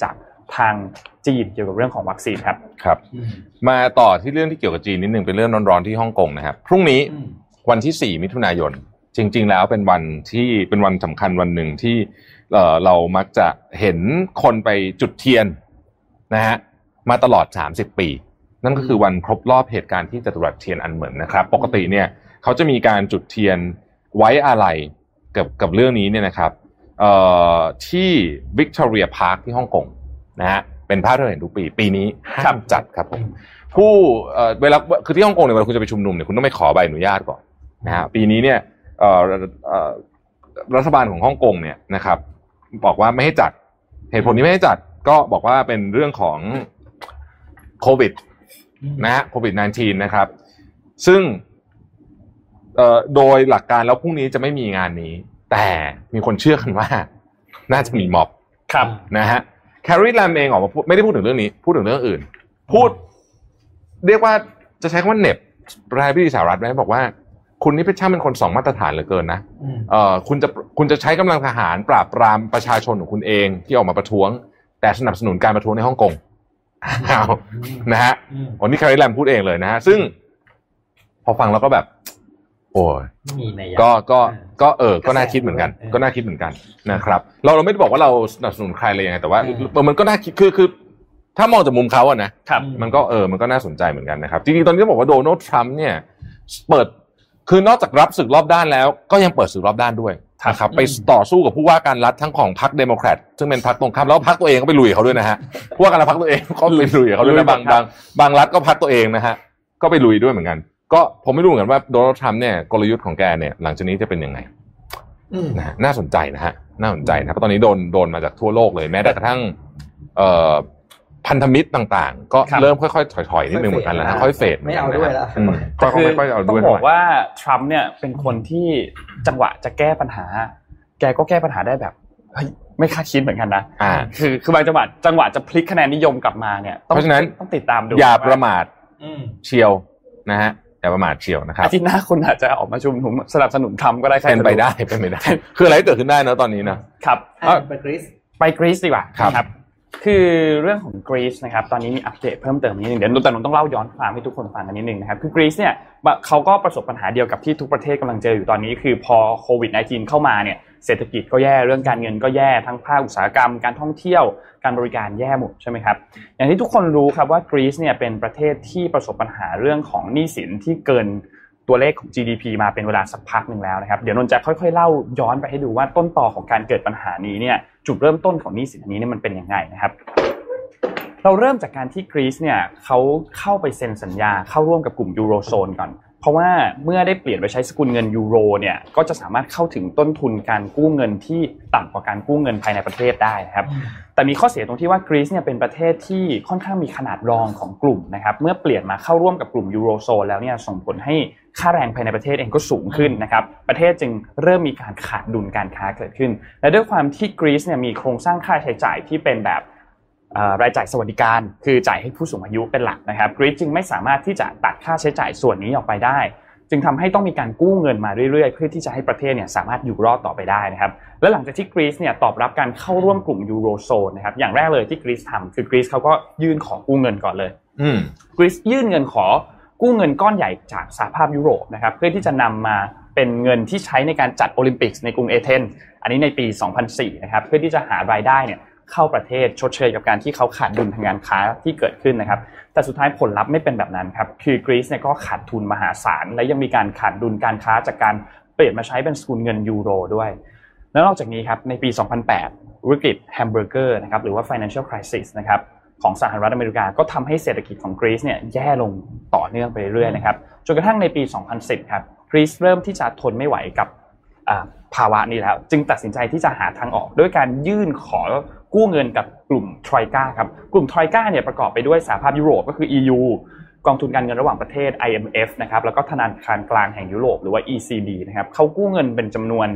ทางจีนเกี่ยวกับเรื่องของวัคซีนครับครับมาต่อที่เรื่องที่เกี่ยวกับจีนนิดนึงเป็นเรื่องร้อนๆที่ฮ่องกงนะครับพรุ่งนี้วันที่4มิถุนายนจริงๆแล้วเป็นวันสำคัญวันหนึ่งที่เรามักจะเห็นคนไปจุดเทียนนะฮะมาตลอด30ปีนั่นก็คือวันครบรอบเหตุการณ์ที่จตุรัสเทียนอันเหมินนะครับปกติเนี่ยเขาจะมีการจุดเทียนไว้อาลัยกับเรื่องนี้เนี่ยนะครับที่วิกตอเรียพาร์คที่ฮ่องกงนะฮะเป็นภาพที่เราเห็นทุกปีนี้ห้ามจัดครับผมเวลาคือที่ฮ่องกงเนี่ยเวลาคุณจะไปชุมนุมเนี่ยคุณต้องไปขอใบอนุญาตก่อนนะฮะปีนี้เนี่ยรัฐบาลของฮ่องกงเนี่ยนะครับบอกว่าไม่ให้จัดเหตุผลที่ไม่ให้จัดก็บอกว่าเป็นเรื่องของโควิดนะฮะโควิด -19 นะครับซึ่งโดยหลักการแล้วพรุ่งนี้จะไม่มีงานนี้แต่มีคนเชื่อกันว่าน่าจะมีม็อบครับนะฮะแคร์รีแลมเองออกมาพูดไม่ได้พูดถึงเรื่องนี้พูดถึงเรื่องอื่นพูดเรียกว่าจะใช้คำว่าเน็บประธานาธิบดีสหรัฐไว้บอกว่าคุณนี่เป็นช่างเป็นคน2มาตรฐานเหลือเกินนะคุณจะใช้กำลังทหารปราบปรามประชาชนของคุณเองที่ออกมาประท้วงแต่สนับสนุนการประท้วงในฮ่องกงนะฮะวันนี้แคร์รีแลมพูดเองเลยนะฮะซึ่งพอฟังแล้วก็แบบโอ้ยก็น่าคิดเหมือนกันก็น่าคิดเหมือนกันนะครับเราไม่ได้บอกว่าเราสนับสนุนใครเลยยังไงแต่ว่ามันก็น่าคิดคือถ้ามองจากมุมเขาอะนะมันก็น่าสนใจเหมือนกันนะครับจริงๆตอนนี้ต้องบอกว่าโดนัลด์ทรัมป์เนี่ยเปิดคือนอกจากรับศึกรอบด้านแล้วก็ยังเปิดศึกรอบด้านด้วยนะครับไปต่อสู้กับผู้ว่าการรัฐทั้งของพรรคเดโมแครตซึ่งเป็นพรรคตรงข้ามแล้วพรรคตัวเองก็ไปลุยเขาด้วยนะฮะผู้ว่าการรัฐพรรคตัวเองก็ไปลุยเขาด้วยนะบางรัฐก็พรรคตัวเองนะฮะก็ไปลุยด้วยเหมือนกันก็ผมไม่รู้เหมือนกันว่าโดนัลด์ทรัมป์เนี่ยกลยุทธ์ของแกเนี่ยหลังจากนี้จะเป็นยังไงนะน่าสนใจนะฮะน่าสนใจนะเพราะตอนนี้โดนมาจากทั่วโลกเลยแม้แต่กระทั่งพันธมิตรต่างๆก็เริ่มค่อยๆถอยๆนิดนึงเหมือนกันแล้วนะค่อยเฟดไม่เอาด้วยแล้วต้องบอกว่าทรัมป์เนี่ยเป็นคนที่จังหวะจะแก้ปัญหาแกก็แก้ปัญหาได้แบบไม่คาดคิดเหมือนกันนะคือบางจังหวะจะพลิกคะแนนนิยมกลับมาเนี่ยเพราะฉะนั้นต้องติดตามดูอย่าประมาทเชียวนะฮะอย่าประมาทเชียวนะครับอาทิตย์หน้าคนอาจจะออกมาชุมนุมสนับสนุนทรัมป์ก็ได้เป็นไปได้คืออะไรเกิดขึ้นได้นะตอนนี้นะครับไปกรีซดีกว่าครับคือเรื่องของกรีซนะครับตอนนี้มีอัปเดตเพิ่มเติมนิดนึงเดี๋ยวแต่ผมต้องเล่าย้อนความให้ทุกคนฟังกันนิดนึงนะครับคือกรีซเนี่ยเขาก็ประสบปัญหาเดียวกับที่ทุกประเทศกำลังเจออยู่ตอนนี้คือพอโควิด -19 เข้ามาเนี่ยเศรษฐกิจก็แย่เรื่องการเงินก็แย่ทั้งภาคอุตสาหกรรมการท่องเที่ยวการบริการแย่หมดใช่ไหมครับอย่างที่ทุกคนรู้ครับว่ากรีซเนี่ยเป็นประเทศที่ประสบปัญหาเรื่องของหนี้สินที่เกินตัวเลขของ GDP มาเป็นเวลาสักพักนึงแล้วนะครับเดี๋ยวนนท์จะค่อยๆเล่าย้อนไปให้ดูว่าต้นตอของการเกิดปัญหานี้เนี่ยจุดเริ่มต้นของหนี้สินนี้เนี่ยมันเป็นยังไงนะครับเราเริ่มจากการที่กรีซเนี่ยเขาเข้าไปเซ็นสัญญาเข้าร่วมกับกลุ่มยูโรโซนก่อนเพราะว่าเมื่อได้เปลี่ยนไปใช้สกุลเงินยูโรเนี่ยก็จะสามารถเข้าถึงต้นทุนการกู้เงินที่ต่ำกว่าการกู้เงินภายในประเทศได้นะครับแต่มีข้อเสียตรงที่ว่ากรีซเนี่ยเป็นประเทศที่ค่อนข้างมีขนาดรองของกลุ่มนะครับเมื่อเปลี่ยนมาเข้าร่วมกับกลุ่มยูโรโซนแล้วเนี่ยส่งผลให้ค่าแรงภายในประเทศเองก็สูงขึ้นนะครับประเทศจึงเริ่มมีการขาดดุลการค้าเกิดขึ้นและด้วยความที่กรีซเนี่ยมีโครงสร้างค่าใช้จ่ายที่เป็นแบบรายจ่ายสวัสดิการคือจ่ายให้ผู้สูงอายุเป็นหลักนะครับกรีซจึงไม่สามารถที่จะตัดค่าใช้จ่ายส่วนนี้ออกไปได้จึงทำให้ต้องมีการกู้เงินมาเรื่อยๆเพื่อที่จะให้ประเทศเนี่ยสามารถอยู่รอดต่อไปได้นะครับและหลังจากที่กรีซเนี่ยตอบรับการเข้าร่วมกลุ่มยูโรโซนนะครับอย่างแรกเลยที่กรีซทำคือกรีซเขาก็ยื่นขอกู้เงินก่อนเลยกรีซยื่นเงินขอกู้เงินก้อนใหญ่จากสหภาพยุโรปนะครับเพื่อที่จะนำมาเป็นเงินที่ใช้ในการจัดโอลิมปิกในกรุงเอเธนส์อันนี้ในปี 2004 นะครับเพื่อที่จะหารายได้เนี่ยเข้าประเทศชดเชยกับการที่เขาขาดดุลทางการค้าที่เกิดขึ้นนะครับแต่สุดท้ายผลลัพธ์ไม่เป็นแบบนั้นครับคือกรีซเนี่ยก็ขาดทุนมหาศาลและยังมีการขาดดุลการค้าจากการเปลี่ยนมาใช้เป็นสกุลเงินยูโรด้วยแล้วนอกจากนี้ครับในปี 2008 วิกฤตแฮมเบอร์เกอร์นะครับหรือว่า financial crisis นะครับของสหรัฐอเมริกาก็ทำให้เศรษฐกิจของกรีซเนี่ยแย่ลงต่อเนื่องไปเรื่อยๆนะครับจนกระทั่งในปี 2010 ครับกรีซเริ่มที่จะทนไม่ไหวกับภาวะนี้แล้วจึงตัดสินใจที่จะหาทางออกด้วยการยื่นขอกู้เงินกับกลุ่มทรอยกาครับกลุ่มทรอยกาเนี่ยประกอบไปด้วยสหภาพยุโรปก็คือ EU กองทุนการเงินระหว่างประเทศ IMF นะครับแล้วก็ธนาคารกลางแห่งยุโรปหรือว่า ECB นะครับเขากู้เงินเป็นจำนวน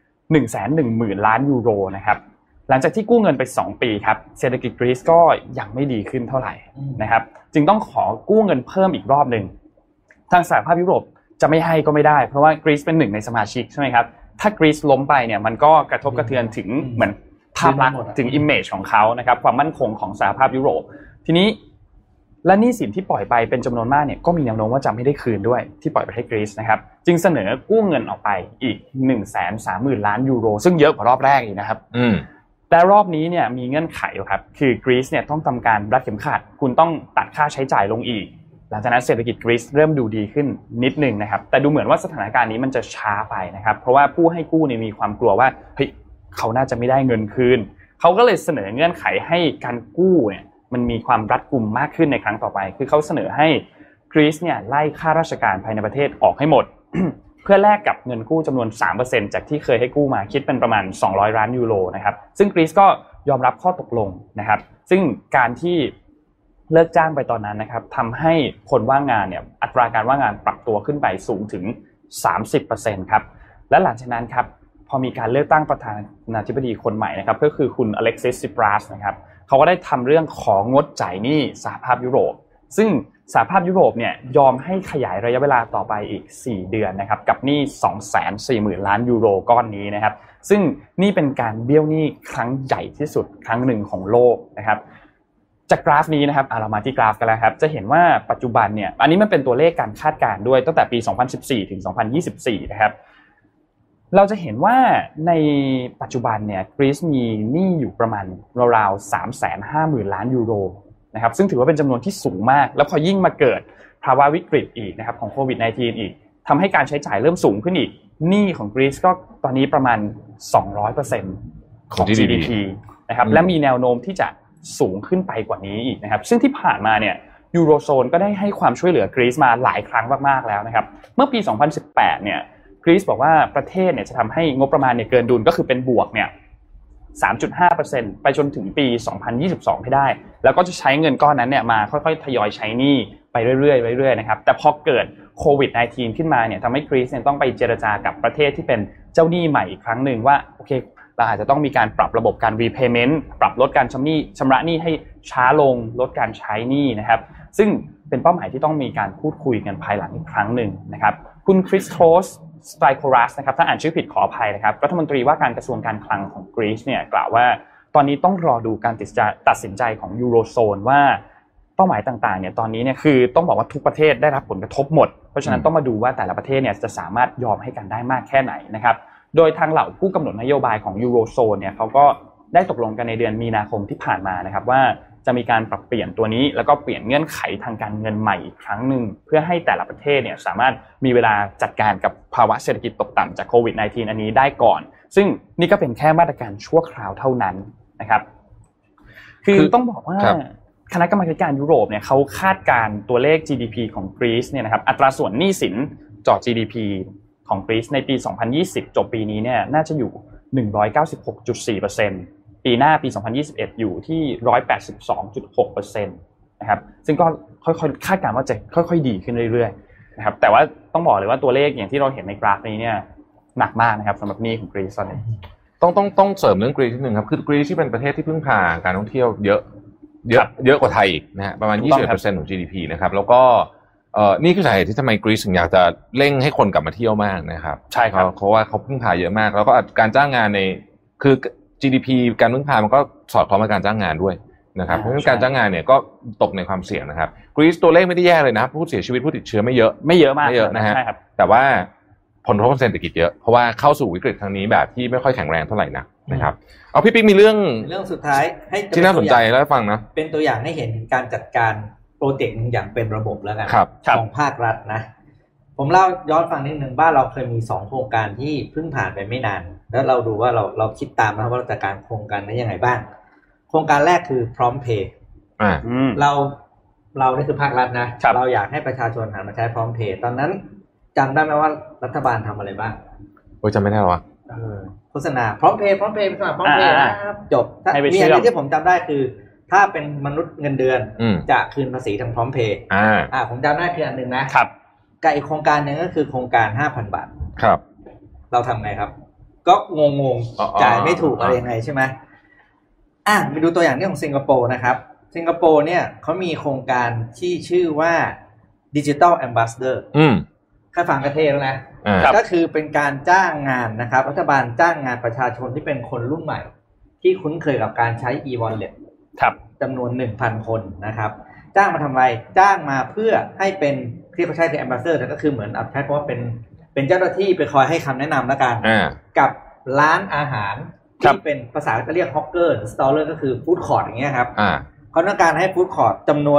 110,000 ล้านยูโรนะครับหลังจากที่กู้เงินไป2ปีครับเศรษฐกิจกรีซก็ยังไม่ดีขึ้นเท่าไหร่นะครับจึงต้องขอกู้เงินเพิ่มอีกรอบนึงทางสหภาพยุโรปจะไม่ให้ก็ไม่ได้เพราะว่ากรีซเป็นหนึ่งในสมาชิกใช่มั้ยครับถ้ากรีซล้มไปเนี่ยมันก็กระทบกระเทือนถึงเหมือนภาพลักษณ์ถึง image ของเขานะครับความมั่นคงของสหภาพยุโรปทีนี้และหนี้สินที่ปล่อยไปเป็นจำนวนมากเนี่ยก็มีแนวโน้มว่าจะไม่ได้คืนด้วยที่ปล่อยประเทศกรีซนะครับจึงเสนอกู้เงินออกไปอีก 130,000 ล้านยูโรซึ่งเยอะกว่ารอบแรกอีกนะครับแต่รอบนี้เนี่ยมีเงื่อนไขครับคือกรีซเนี่ยต้องทำการรัดเข็มขัดคุณต้องตัดค่าใช้จ่ายลงอีกหลังจากนั้นเศรษฐกิจกรีซเริ่มดูดีขึ้นนิดนึงนะครับแต่ดูเหมือนว่าสถานการณ์นี้มันจะช้าไปนะครับเพราะว่าผู้ให้กู้เนี่ยมีความกลัวว่าเฮ้ยเขาน่าจะไม่ได้เงินคืนเขาก็เลยเสนอเงื่อนไขให้การกู้เนี่ยมันมีความรัดกุมมากขึ้นในครั้งต่อไปคือเขาเสนอให้กรีซเนี่ยไล่ข้าราชการภายในประเทศออกให้หมด เพื่อแลกกับเงินกู้จำนวน 3% จากที่เคยให้กู้มาคิดเป็นประมาณ200ล้านยูโรนะครับซึ่งกรีซก็ยอมรับข้อตกลงนะครับซึ่งการที่เลิกจ้างไปตอนนั้นนะครับทำให้คนว่างงานเนี่ยอัตราการว่างงานปรับตัวขึ้นไปสูงถึง 30% ครับและหลังจากนั้นครับพอมีการเลือกตั้งประธานาธิบดีคนใหม่นะครับก็คือคุณอเล็กซิส ซิปรัสนะครับเขาก็ได้ทำเรื่องของงดจ่ายหนี้สหภาพยุโรปซึ่งสหภาพยุโรปเนี่ยยอมให้ขยายระยะเวลาต่อไปอีก4เดือนนะครับกับหนี้ 240,000 ล้านยูโรก้อนนี้นะครับซึ่งนี่เป็นการเบี้ยวหนี้ครั้งใหญ่ที่สุดครั้งหนึ่งของโลกนะครับจากกราฟนี้นะครับเรามาที่กราฟกันแล้วครับจะเห็นว่าปัจจุบันเนี่ยอันนี้มันเป็นตัวเลขการคาดการณ์ด้วยตั้งแต่ปี2014ถึง2024นะครับเราจะเห็นว่าในปัจจุบันเนี่ยกรีซมีหนี้อยู่ประมาณราวๆ 350,000 ล้านยูโรนะครับซึ่งถือว่าเป็นจำนวนที่สูงมากแล้วพอยิ่งมาเกิดภาวะวิกฤตอีกนะครับของโควิด -19 อีกทำให้การใช้จ่ายเริ่มสูงขึ้นอีกหนี้ของกรีซก็ตอนนี้ประมาณ 200% ของ GDP นะครับและมีแนวโน้มที่จะสูงขึ้นไปกว่านี้อีกนะครับซึ่งที่ผ่านมาเนี่ยยูโรโซนก็ได้ให้ความช่วยเหลือกรีซมาหลายครั้งมากๆแล้วนะครับเมื่อปี2018เนี่ยกรีซบอกว่าประเทศเนี่ยจะทำให้งบประมาณเนี่ยเกินดุลก็คือเป็นบวกเนี่ย 3.5% ไปจนถึงปี2022ให้ได้แล้วก็จะใช้เงินก้อนนั้นเนี่ยมาค่อยๆทยอยใช้หนี้ไปเรื่อยๆนะครับแต่พอเกิดโควิด -19 ขึ้นมาเนี่ยทำให้กรีซเนี่ยต้องไปเจรจากับประเทศที่เป็นเจ้าหนี้ใหม่อีกครั้งนึงว่าโอเคเราอาจจะต้องมีการปรับระบบการ repayment ปรับลดการชำระหนี้ให้ช้าลงลดการใช้หนี้นะครับซึ่งเป็นเป้าหมายที่ต้องมีการพูดคุยกันภายหลังอีกครั้งนึงนะครับคุณคริสโคสสไตรโครัสนะครับถ้าอ่านชื่อผิดขออภัยนะครับรัฐมนตรีว่าการกระทรวงการคลังของกรีซเนี่ยกล่าวว่าตอนนี้ต้องรอดูการตัดสินใจของยูโรโซนว่าเป้าหมายต่างๆเนี่ยตอนนี้เนี่ยคือต้องบอกว่าทุกประเทศได้รับผลกระทบหมดเพราะฉะนั้นต้องมาดูว่าแต่ละประเทศเนี่ยจะสามารถยอมให้กันได้มากแค่ไหนนะครับโดยทางเหล่าผู้กำหนดนโยบายของยูโรโซนเนี่ยเขาก็ได้ตกลงกันในเดือนมีนาคมที่ผ่านมานะครับว่าจะมีการปรับเปลี่ยนตัวนี้แล้วก็เปลี่ยนเงื่อนไขทางการเงินใหม่อีกครั้งนึงเพื่อให้แต่ละประเทศเนี่ยสามารถมีเวลาจัดการกับภาวะเศรษฐกิจตกต่ำจากโควิด -19 อันนี้ได้ก่อนซึ่งนี่ก็เป็นแค่มาตรการชั่วคราวเท่านั้นนะครับคือต้องบอกว่าคณะกรรมาการยุโรปเนี่ยเขาคาดการตัวเลข GDP ของกรีซเนี่ยนะครับอัตราส่วนหนี้สินต่อ GDP ของกรีซในปี2020จบปีนี้เนี่ยน่าจะอยู่ 196.4%ปีหน้าปี2021อยู่ที่ 182.6% นะครับซึ่งก็ค่อยๆคาดการณ์ว่าจะค่อยๆดีขึ้นเรื่อยๆนะครับแต่ว่าต้องบอกเลยว่าตัวเลขอย่างที่เราเห็นในกราฟนี้เนี่ยหนักมากนะครับสำหรับหนี้ของกรีซตอนนี้ต้องเสริมเรื่องกรีซนิดนึงครับคือกรีซที่เป็นประเทศที่พึ่งพาการท่องเที่ยวเยอะกว่าไทยอีกนะฮะประมาณ 21% ของ GDP นะครับแล้วก็นี่คือสาเหตุที่ทำไมกรีซถึงอยากจะเร่งให้คนกลับมาเที่ยวมากนะครับใช่ครับเพราะว่าเขาพึ่งพาเยอะมากแล้วก็การจ้างงานในคือ GDP การพึ่งพามันก็สอดคล้องกับการจ้างงานด้วยนะครับเพราะฉะนั้นการจ้างงานเนี่ยก็ตกในความเสี่ยงนะครับกรีซตัวเลขไม่ได้แย่เลยนะผู้เสียชีวิตผู้ติดเชื้อไม่เยอะมากนะฮะแต่ว่าผลกระทบเศรษฐกิจเยอะเพราะว่าเข้าสู่วิกฤตครั้งนี้แบบที่ไม่ค่อยแข็งแรงเท่าไหร่นักนะครับเอาพี่ปิ๊กมีเรื่องสุดท้ายให้ที่น่าสนใจแล้วฟังนะเป็นตัวอย่างให้เห็นการจัดการโปรเจกต์อย่างเป็นระบบแล้วกันของภาครัฐนะผมเล่าย้อนฟังนิดนึงบ้านเราเคยมี2โครงการที่เพิ่งผ่านไปไม่นานแล้วเราดูว่าเราคิดตามนะว่าเราจัดการโครงการนี้ยังไงบ้างโครงการแรกคือ Prompt Pay เรานี่คือภาครัฐนะเราอยากให้ประชาชนหันมาใช้ Prompt Pay ตอนนั้นจำได้ไหมว่ารัฐบาลทำอะไรบ้างโอ้ยจำไม่ได้หรอโฆษณา Prompt Pay เป็นสมัคร Prompt Pay นะครับจบมีอันที่ผมจำได้คือถ้าเป็นมนุษย์เงินเดือนจะคืนภาษีทาง Prompt Pay ผมจำได้คืออันนึงนะครับกับอีกโครงการนึงก็คือโครงการ 5,000 บาทครับเราทำไงครับก็งงจ่ายไม่ถูกอะไรยังไงใช่ไหมไปดูตัวอย่างที่ของสิงคโปร์นะครับสิงคโปร์เนี่ยเขามีโครงการที่ชื่อว่า Digital Ambassador ค่าฟังกระเทศแล้วนะก็คือเป็นการจ้างงานนะครับรัฐบาลจ้างงานประชาชนที่เป็นคนรุ่นใหม่ที่คุ้นเคยกับการใช้ e-wallet ครับจำนวน 1,000 คนนะครับจ้างมาทำอะไรจ้างมาเพื่อให้เป็นที่เขาใช้คือ ambassador ก็คือเหมือนใช้คำว่าเป็นเจ้าหน้าที่ไปคอยให้คำแนะนำแล้วกันกับร้านอาหารที่เป็นภาษาจะเรียก hawker หรือ staller ก็คือ food court อย่างเงี้ยครับเขาต้องการให้ food court จำนวน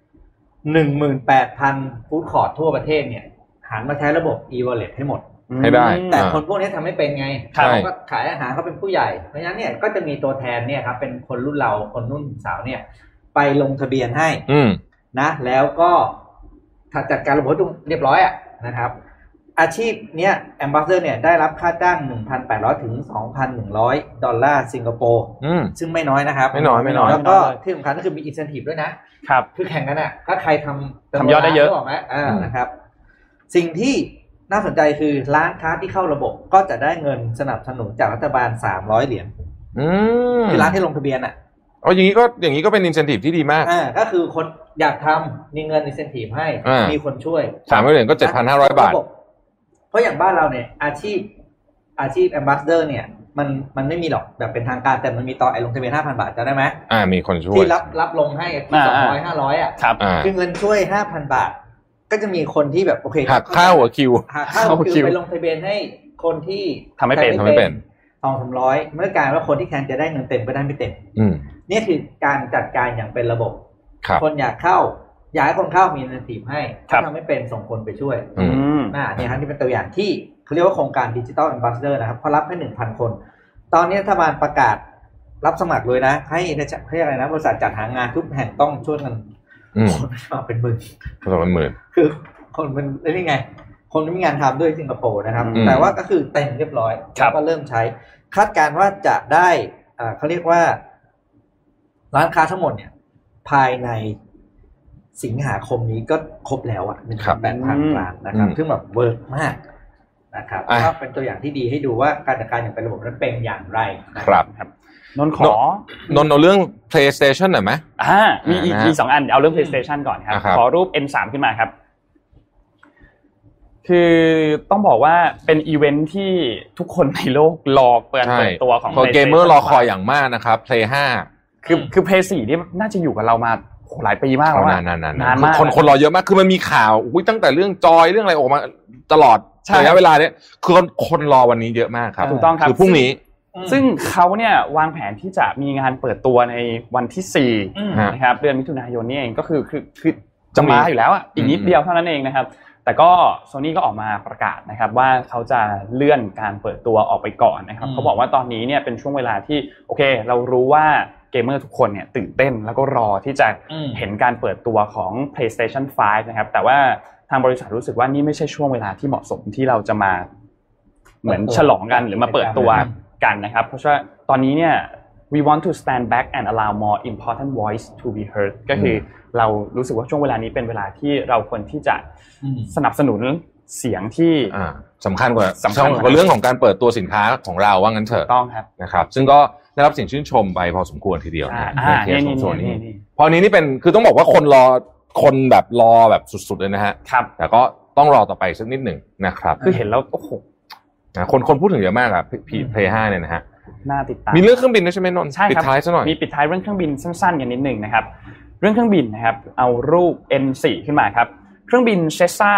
18,000 food court ทั่วประเทศเนี่ยหันมาใช้ระบบ e-wallet ให้หมดให้ได้แต่คนพวกนี้ทำไม่เป็นไงเขาก็ขายอาหารเขาเป็นผู้ใหญ่เพราะฉะนั้นเนี่ยก็จะมีตัวแทนเนี่ยครับเป็นคนรุ่นเราคนรุ่นสาวเนี่ยไปลงทะเบียนให้นะแล้วก็จัดการระบบเรียบร้อยนะครับอาชีพเนี้ย Ambassador เนี่ยได้รับค่าจ้าง 1,800 ถึง 2,100 ดอลลาร์สิงคโปร์ซึ่งไม่น้อยนะครับไม่น้อยแล้วก็ที่สำคัญก็คือมี incentive ด้วยนะครับคือแข่งกันถ้าใครทำยอดได้เยอะนะครับสิ่งที่น่าสนใจคือร้านค้าที่เข้าระบบก็จะได้เงินสนับสนุนจากรัฐบาล300เหรียญคือร้านที่ลงทะเบียนอย่างนี้ก็เป็น incentive ที่ดีมากก็คือคนอยากทำมีเงิน incentive ให้มีคนช่วย 300เหรียญก็ 7,500 บาทเพราะอย่างบ้านเราเนี่ยอาชีพ Ambassador เนี่ยมันไม่มีหรอกแบบเป็นทางการแต่มันมีต่อลงทะเบียน 5,000 บาทจำได้ไหมมีคนช่วยที่รับลงให้200 500 ครับคือเงินช่วย 5,000 บาทก็จะมีคนที่แบบโอเคหักค่าหัวคิวไปลงทะเบียนให้คนที่ทำไม่เป็น 200-300เมื่อกลายว่าคนที่แคนจะได้เงินเต็มก็ได้ไม่เต็มนี่คือการจัดการอย่างเป็นระบบคนอยากเข้าอยากให้คนเข้ามีincentiveให้ถ้าทำไม่เป็นส่งคนไปช่วยเนี่ยครับนี่เป็นตัวอย่างที่เขาเรียกว่าโครงการ Digital Ambassador นะครับเขารับให้ 1,000 คนตอนนี้รัฐบาลประกาศรับสมัครเลยนะให้อะไรนะบริษัทจัดหางานทุกแห่งต้องช่วยกันคนไม่มาเป็นหมื่นคือคนเป็นนี่ไงคนไม่มีงานทำด้วยสิงคโปร์นะครับแต่ว่าก็คือเต็มเรียบร้อยแล้วก็เริ่มใช้คาดการณ์ว่าจะได้เขาเรียกว่าร้านค้าทั้งหมดเนี่ยภายในสิงหาคมนี้ก็ครบแล้ว1,800 ล้านนะครับซึ่งแบบเวิร์กมากนะครับก็เป็นตัวอย่างที่ดีให้ดูว่าการจัดการอย่างเป็นระบบนั้นเป็นอย่างไรนะครับนนเอาเรื่อง PlayStation หน่อยไหมมี2อันเอาเรื่อง PlayStation ก่อนครับขอรูป N3 ขึ้นมาครับคือต้องบอกว่าเป็นอีเวนท์ที่ทุกคนในโลกรอเปิดตัวของเกมเมอร์รอคอยอย่างมากนะครับ Play 5 คือ Play 4นี่น่าจะอยู่กับเรามาหลายปีมากแล้วนานมากคนรอเยอะมากคือมันมีข่าวตั้งแต่เรื่องจอยเรื่องอะไรออกมาตลอดระยะเวลาเนี้ยคือคนรอวันนี้เยอะมากครับถูกต้องครับคือพรุ่งนี้ซึ่งเขาเนี่ยวางแผนที่จะมีงานเปิดตัวในวันที่4นะครับเดือนมิถุนายนนี้เองก็คือจะมาอยู่แล้วอีกนิดเดียวเท่านั้นเองนะครับแต่ก็ Sony ก็ออกมาประกาศนะครับว่าเขาจะเลื่อนการเปิดตัวออกไปก่อนนะครับเขาบอกว่าตอนนี้เนี่ยเป็นช่วงเวลาที่โอเคเรารู้ว่าเกมเมอร์ทุกคนเนี่ยตื่นเต้นแล้วก็รอที่จะเห็นการเปิดตัวของ PlayStation 5 นะครับแต่ว่าทางบริษัทรู้สึกว่านี่ไม่ใช่ช่วงเวลาที่เหมาะสมที่เราจะมาเหมือนฉลองกันหรือมาเปิดตัวกันนะครับเพราะว่าตอนนี้เนี่ย we want to stand back and allow more important voice to be heard ก็คือเรารู้สึกว่าช่วงเวลานี้เป็นเวลาที่เราควรที่จะสนับสนุนเสียงที่สำคัญกว่าเรื่องของการเปิดตัวสินค้าของเราว่างั้นเถอะต้องครับนะครับซึ่งก็ได้รับเสียงชื่นชมไปพอสมควรทีเดียวในเคสของโซนี่พอนี้นี่เป็นคือต้องบอกว่าคนแบบรอแบบสุดๆเลยนะฮะแต่ก็ต้องรอต่อไปสักนิดหนึ่งนะครับคือเห็นแล้วโอ้โหคนพูดถึงเยอะมากอะPlay 5เนี่ยนะฮะน่าติดตามมีเรื่องเครื่องบินด้วยใช่ไหมนนท์ปิดท้ายซะหน่อยมีปิดท้ายเรื่องเครื่องบินสั้นๆกันนิดนึงนะครับเรื่องเครื่องบินนะครับเอารูป N4 ขึ้นมาครับเครื่องบิน Cessna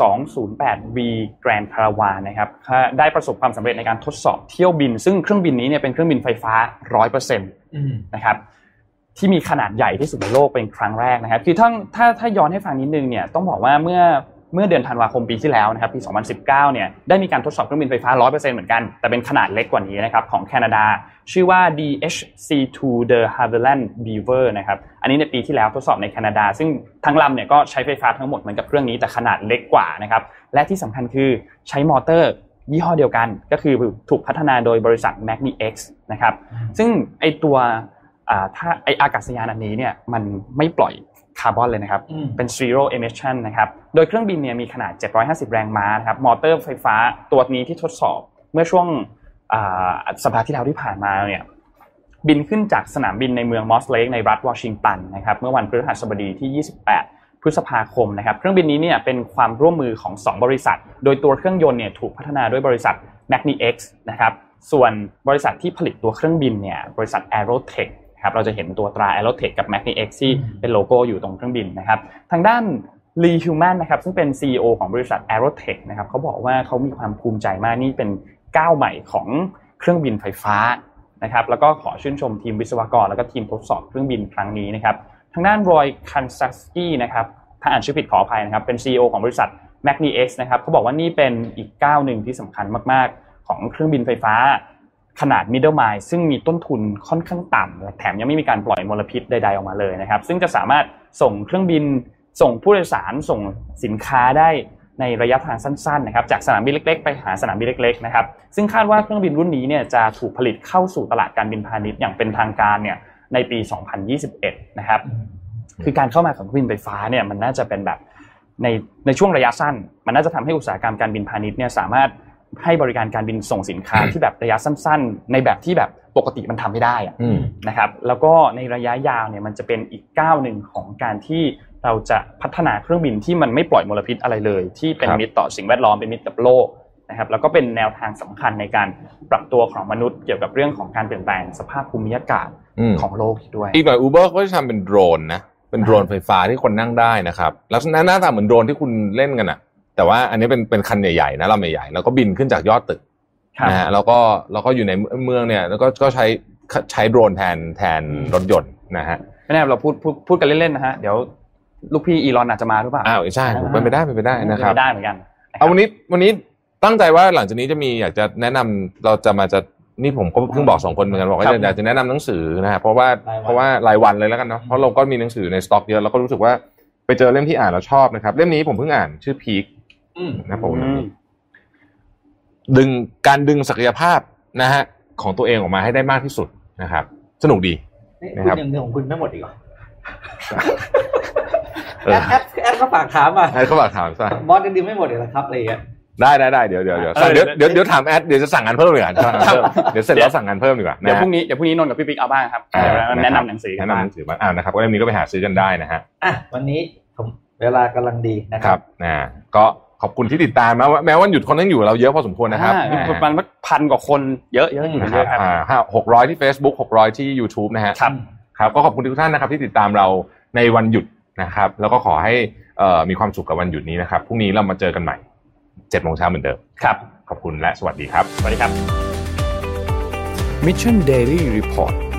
208V Grand Caravan นะครับได้ประสบความสำเร็จในการทดสอบเที่ยวบินซึ่งเครื่องบินนี้เนี่ยเป็นเครื่องบินไฟฟ้า 100% นะครับที่มีขนาดใหญ่ที่สุดในโลกเป็นครั้งแรกนะครับคือถ้าย้อนให้ฟังนิดนึงเนี่ยต้องบอกว่าเมื่อเดือนธันวาคมปีที่แล้วนะครับปี2019เนี่ยได้มีการทดสอบเครื่องบินไฟฟ้า 100% เหมือนกันแต่เป็นขนาดเล็กกว่านี้นะครับของแคนาดาชื่อว่า DHC2 de Havilland Beaver นะครับอันนี้ในปีที่แล้วทดสอบในแคนาดาซึ่งทั้งลำเนี่ยก็ใช้ไฟฟ้าทั้งหมดเหมือนกับเครื่องนี้แต่ขนาดเล็กกว่านะครับและที่สำคัญคือใช้มอเตอร์ยี่ห้อเดียวกันก็คือถูกพัฒนาโดยบริษัท Magni X นะครับซึ่งไอตัวถ้าไออากาศยานอันนี้เนี่ยมันไม่ปล่อยคาร์บอนเลยนะครับเป็น zero emission นะครับโดยเครื่องบินเนี่ยมีขนาด750แรงม้านะครับมอเตอร์ไฟฟ้าตัวนี้ที่ทดสอบเมื่อช่วงสัปดาห์ที่แล้วที่ผ่านมาเนี่ยบินขึ้นจากสนามบินในเมืองมอสเลกในรัฐวอชิงตันนะครับเมื่อวันพฤหัสบดีที่28พฤษภาคมนะครับเครื่องบินนี้เนี่ยเป็นความร่วมมือของ2บริษัทโดยตัวเครื่องยนต์เนี่ยถูกพัฒนาด้วยบริษัท Magni X นะครับส่วนบริษัทที่ผลิตตัวเครื่องบินเนี่ยบริษัท Aerotech ครับเราจะเห็นตัวตรา Aerotech กับ magniX ที่เป็นโลโก้อยู่ตรงเครื่องบินนะครับทางด้านLee Human นะครับซึ่งเป็น CEO ของบริษัท Aerotech นะครับเขาบอกว่าเขามีความภูมิใจมากนี่เป็นก้าวใหม่ของเครื่องบินไฟฟ้านะครับแล้วก็ขอชื่นชมทีมวิศวกรแล้วก็ทีมทดสอบเครื่องบินครั้งนี้นะครับทางด้าน Roy Kansasky นะครับถ้าอ่านชื่อผิดขออภัยนะครับเป็น CEO ของบริษัท magniX นะครับเขาบอกว่านี่เป็นอีกก้าวหนึ่งที่สำคัญมากๆของเครื่องบินไฟฟ้าขนาด middle mile ซึ่งมีต้นทุนค่อนข้างต่ำแถมยังไม่มีการปล่อยมลพิษใดๆออกมาเลยนะครับซึ่งจะสามารถส่งเครื่องบินส่งผู้โดยสารส่งสินค้าได้ในระยะทางสั้นๆนะครับจากสนามบินเล็กๆไปหาสนามบินเล็กๆนะครับซึ่งคาดว่าเครื่องบินรุ่นนี้เนี่ยจะถูกผลิตเข้าสู่ตลาดการบินพาณิชย์อย่างเป็นทางการเนี่ยในปี 2021 นะครับคือการเข้ามาของเครื่องบินไฟฟ้าเนี่ยมันน่าจะเป็นแบบในช่วงระยะสั้นมันน่าจะทำให้อุตสาหกรรมการบินพาณิชย์เนี่ยสามารถให้บริการการบินส่งสินค้าที่แบบระยะสั้นๆในแบบที่แบบปกติมันทำไม่ได้นะครับแล้วก็ในระยะยาวเนี่ยมันจะเป็นอีกก้าวหนึ่งของการที่เราจะพัฒนาเครื่องบินที่มันไม่ปล่อยมลพิษอะไรเลยที่เป็นมิตรต่อสิ่งแวดล้อมเป็นมิตรกับโลกนะครับแล้วก็เป็นแนวทางสำคัญในการปรับตัวของมนุษย์เกี่ยวกับเรื่องของการเปลี่ยนแปลงสภาพภูมิอากาศของโลกด้วยอีกหน่อย Uber ก็จะทำเป็นโดรนนะเป็นโดรนไฟฟ้าที่คนนั่งได้นะครับลักษณะหน้าตาเหมือนโดรนที่คุณเล่นกันอ่ะแต่ว่าอันนี้เป็นคันใหญ่ๆนะลำใหญ่ๆแล้วก็บินขึ้นจากยอดตึกนะฮะแล้วก็อยู่ในเมืองเนี่ยแล้วก็ใช้โดรนแทนรถยนต์นะฮะไม่แน่เราพูดกันเล่นๆนะฮะเดี๋ยวลูกพี่อีลอนอาจจะมาหรือเปล่าใช่เป็นไปได้นะครับได้เหมือนกันเอาวันนี้ตั้งใจว่าหลังจากนี้จะมีอยากจะแนะนำเราจะนี่ผมก็เพิ่งบอก2คนเหมือนกันบอกว่าอยากจะแนะนำหนังสือนะฮะเพราะว่ารายวันเลยแล้วกันเนาะเพราะเราก็มีหนังสือในสต็อกเยอะแล้วก็รู้สึกว่าไปเจอเล่มที่อ่านแล้วชอบนะครับเล่มนี้ผมเพิ่งอ่านชื่อพีคนะผมดึงศักยภาพนะฮะของตัวเองออกมาให้ได้มากที่สุดนะครับสนุกดีนะครับคุณยังของคุณไม่หมดอีกเหรอแอดเขาฝากถามอ่ะเขาฝากถามซะบอสยังดึงไม่หมดเลยเหรอครับอะไรอย่างเงี้ยได้เดี๋ยวถามแอดเดี๋ยวจะสั่งงานเพิ่มดีกว่าเดี๋ยวเสร็จแล้วสั่งงานเพิ่มดีกว่าเดี๋ยวพรุ่งนี้นนท์กับพี่ปิ๊กเอาบ้างครับแนะนำหนังสือบ้างนะครับก็เล่มนี้ก็ไปหาซื้อกันได้นะฮะวันนี้ผมเวลากำลังดีนะครับก็ขอบคุณที่ติดตามแม้ว่าหยุดคนยังอยู่เราเยอะพอสมควรนะครับประมาณ1,000 กว่าคนเยอะอยู่นะครับ600ที่ Facebook 600ที่ YouTube นะฮะครับก็ขอบคุณทุกท่านนะครับที่ติดตามเราในวันหยุดนะครับแล้วก็ขอให้มีความสุขกับวันหยุดนี้นะครับพรุ่งนี้เรามาเจอกันใหม่ 7:00 น.เหมือนเดิมครับขอบคุณและสวัสดีครับสวัสดีครับ Mission Daily Report